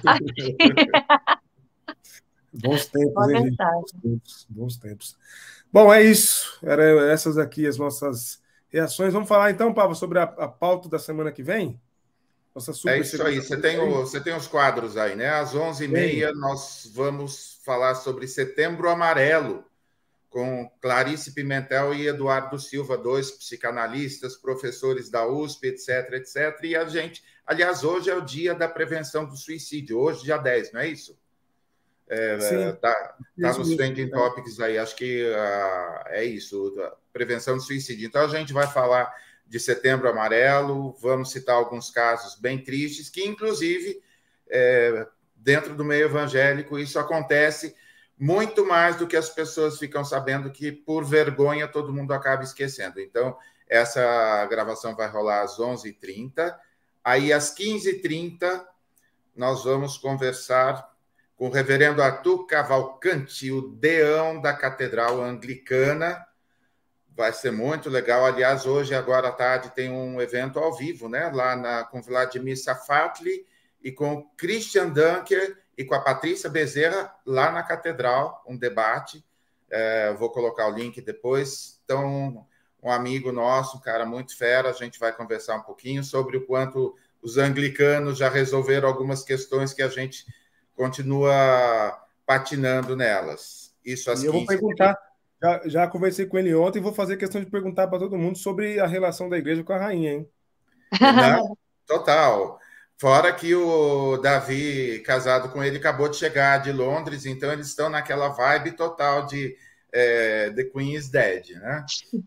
Bons tempos, Boa hein, gente? mensagem. Bons tempos, bons tempos. Bom, é isso. Era essas aqui as nossas reações. Vamos falar então, Pablo, sobre a pauta da semana que vem? Nossa É super isso aí. segunda. Você tem os quadros aí, né? Às 11h30 nós vamos falar sobre Setembro Amarelo, com Clarice Pimentel e Eduardo Silva, dois psicanalistas, professores da USP, etc, etc. E a gente, aliás, hoje é o dia da prevenção do suicídio, hoje, dia 10, não é isso? Sim, Tá isso nos mesmo. trending topics aí, acho que é isso, prevenção do suicídio. Então, a gente vai falar de Setembro Amarelo, vamos citar alguns casos bem tristes, que, inclusive, dentro do meio evangélico, isso acontece muito mais do que as pessoas ficam sabendo, que, por vergonha, todo mundo acaba esquecendo. Então, essa gravação vai rolar às 11h30. Aí, às 15h30, nós vamos conversar com o reverendo Arthur Cavalcanti, o deão da Catedral Anglicana. Vai ser muito legal. Aliás, hoje, agora à tarde, tem um evento ao vivo, né? Lá com Vladimir Safatli e com o Christian Dunker e com a Patrícia Bezerra, lá na Catedral, um debate. Vou colocar o link depois. Então, um amigo nosso, um cara muito fera, a gente vai conversar um pouquinho sobre o quanto os anglicanos já resolveram algumas questões que a gente continua patinando nelas. Isso às E eu vou 15h30. perguntar, já conversei com ele ontem e vou fazer questão de perguntar para todo mundo sobre a relação da igreja com a rainha, hein? Não, total. Fora que o Davi, casado com ele, acabou de chegar de Londres, então eles estão naquela vibe total de The Queen is Dead, né?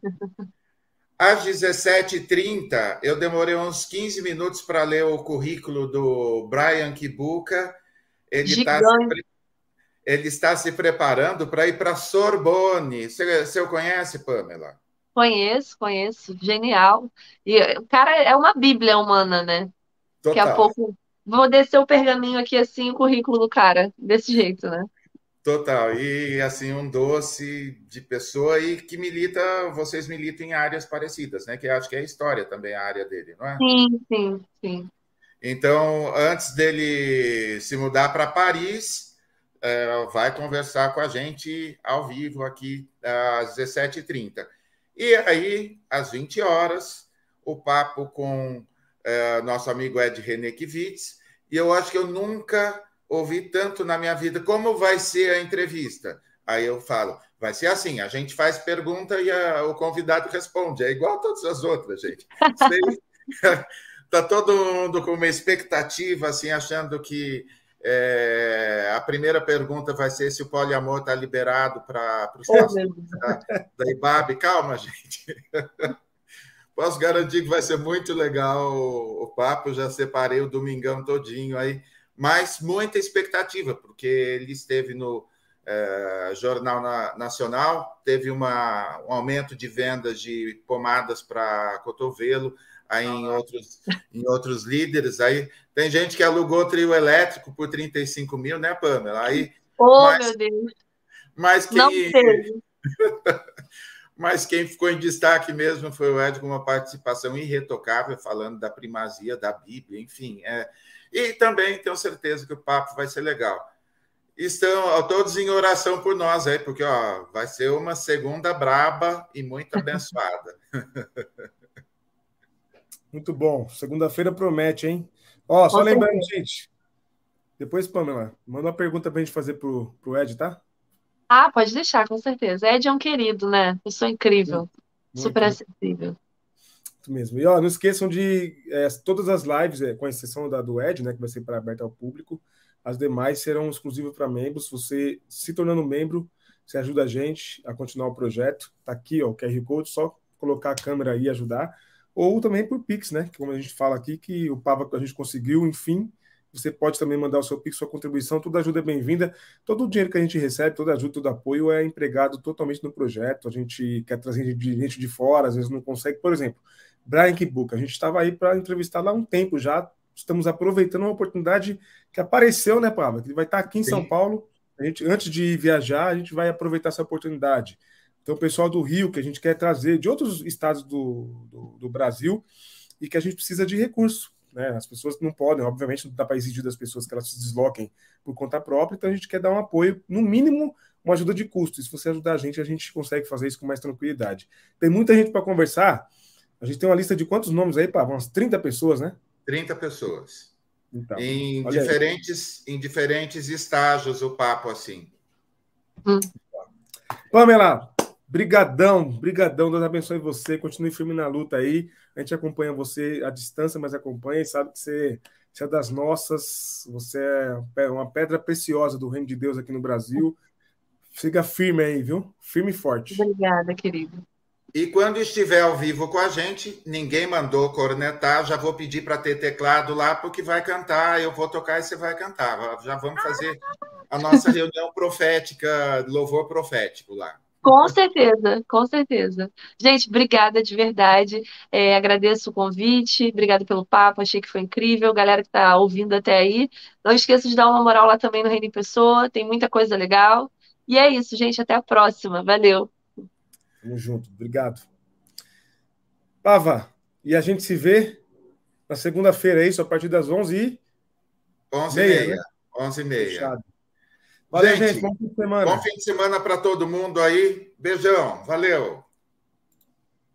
Às 17h30, eu demorei uns 15 minutos para ler o currículo do Brian Kibuka. Gigante. Ele está se preparando para ir para a Sorbonne. Você o conhece, Pamela? Conheço. Genial. E o cara é uma bíblia humana, né? Daqui a Total. pouco vou descer o pergaminho aqui, assim, o currículo do cara. Desse jeito, né? Total. E, assim, um doce de pessoa e que vocês militam em áreas parecidas, né? Que acho que é a história também, a área dele, não é? Sim. Então, antes dele se mudar para Paris, vai conversar com a gente ao vivo aqui às 17h30. E aí, às 20 horas, o papo com nosso amigo Ed Renekiewicz. E eu acho que eu nunca ouvi tanto na minha vida como vai ser a entrevista. Aí eu falo, vai ser assim, a gente faz pergunta e o convidado responde. É igual a todas as outras, gente. Está todo mundo com uma expectativa, assim, achando que a primeira pergunta vai ser se o poliamor está liberado para os pastores da IBAB. Calma, gente. Posso garantir que vai ser muito legal o papo. Já separei o domingão todinho aí, mas muita expectativa, porque ele esteve no Jornal Nacional, teve um aumento de vendas de pomadas para cotovelo, aí em outros líderes. Aí tem gente que alugou trio elétrico por 35 mil, né, Pamela? Aí, Meu Deus. Mas Não quem, teve. mas quem ficou em destaque mesmo foi o Ed, com uma participação irretocável, falando da primazia da Bíblia, enfim. E também tenho certeza que o papo vai ser legal. Estão todos em oração por nós aí, porque vai ser uma segunda braba e muito abençoada. Muito bom. Segunda-feira promete, hein? Só lembrando, gente. Depois, Pamela, manda uma pergunta para a gente fazer pro Ed, tá? Pode deixar, com certeza. Ed é um querido, né? Pessoa incrível. Super Muito. acessível. Isso mesmo. E ó, não esqueçam de todas as lives, com exceção do Ed, né, que vai ser para aberta ao público, as demais serão exclusivas para membros. Você se tornando membro, você ajuda a gente a continuar o projeto. Tá aqui, ó, o QR Code, só colocar a câmera aí e ajudar. Ou também por Pix, né? Que como a gente fala aqui, que o Pava que a gente conseguiu, enfim, você pode também mandar o seu Pix, sua contribuição, toda ajuda é bem-vinda. Todo o dinheiro que a gente recebe, toda ajuda, todo apoio é empregado totalmente no projeto. A gente quer trazer gente de fora, às vezes não consegue. Por exemplo, Brian Kibuka, a gente estava aí para entrevistar lá há um tempo já, estamos aproveitando uma oportunidade que apareceu, né, Pava? Ele vai estar aqui em São Paulo, a gente, antes de viajar, a gente vai aproveitar essa oportunidade. Então, o pessoal do Rio, que a gente quer trazer de outros estados do Brasil, e que a gente precisa de recurso. Né? As pessoas não podem, obviamente, não dá para exigir das pessoas que elas se desloquem por conta própria, então a gente quer dar um apoio, no mínimo, uma ajuda de custo. E se você ajudar a gente consegue fazer isso com mais tranquilidade. Tem muita gente para conversar. A gente tem uma lista de quantos nomes aí, pá? Umas 30 pessoas, né? 30 pessoas. Então, em diferentes estágios, o papo assim. Pamela, brigadão, Deus abençoe você, continue firme na luta aí, a gente acompanha você à distância, mas acompanha e sabe que você é das nossas, você é uma pedra preciosa do reino de Deus aqui no Brasil, siga firme aí, viu? Firme e forte. Obrigada, querido. E quando estiver ao vivo com a gente, ninguém mandou cornetar, já vou pedir para ter teclado lá, porque vai cantar, eu vou tocar e você vai cantar. Já vamos fazer a nossa reunião profética, louvor profético lá. Com certeza, com certeza. Gente, obrigada de verdade. Agradeço o convite, obrigada pelo papo, achei que foi incrível. Galera que está ouvindo até aí, não esqueça de dar uma moral lá também no Reino em Pessoa, tem muita coisa legal. E é isso, gente, até a próxima. Valeu. Tamo junto, obrigado. Pava, e a gente se vê na segunda-feira, é isso? A partir das 11h30. 11h30. Né? 11h30. Valeu, gente. Bom fim de semana. Bom fim de semana para todo mundo aí. Beijão. Valeu.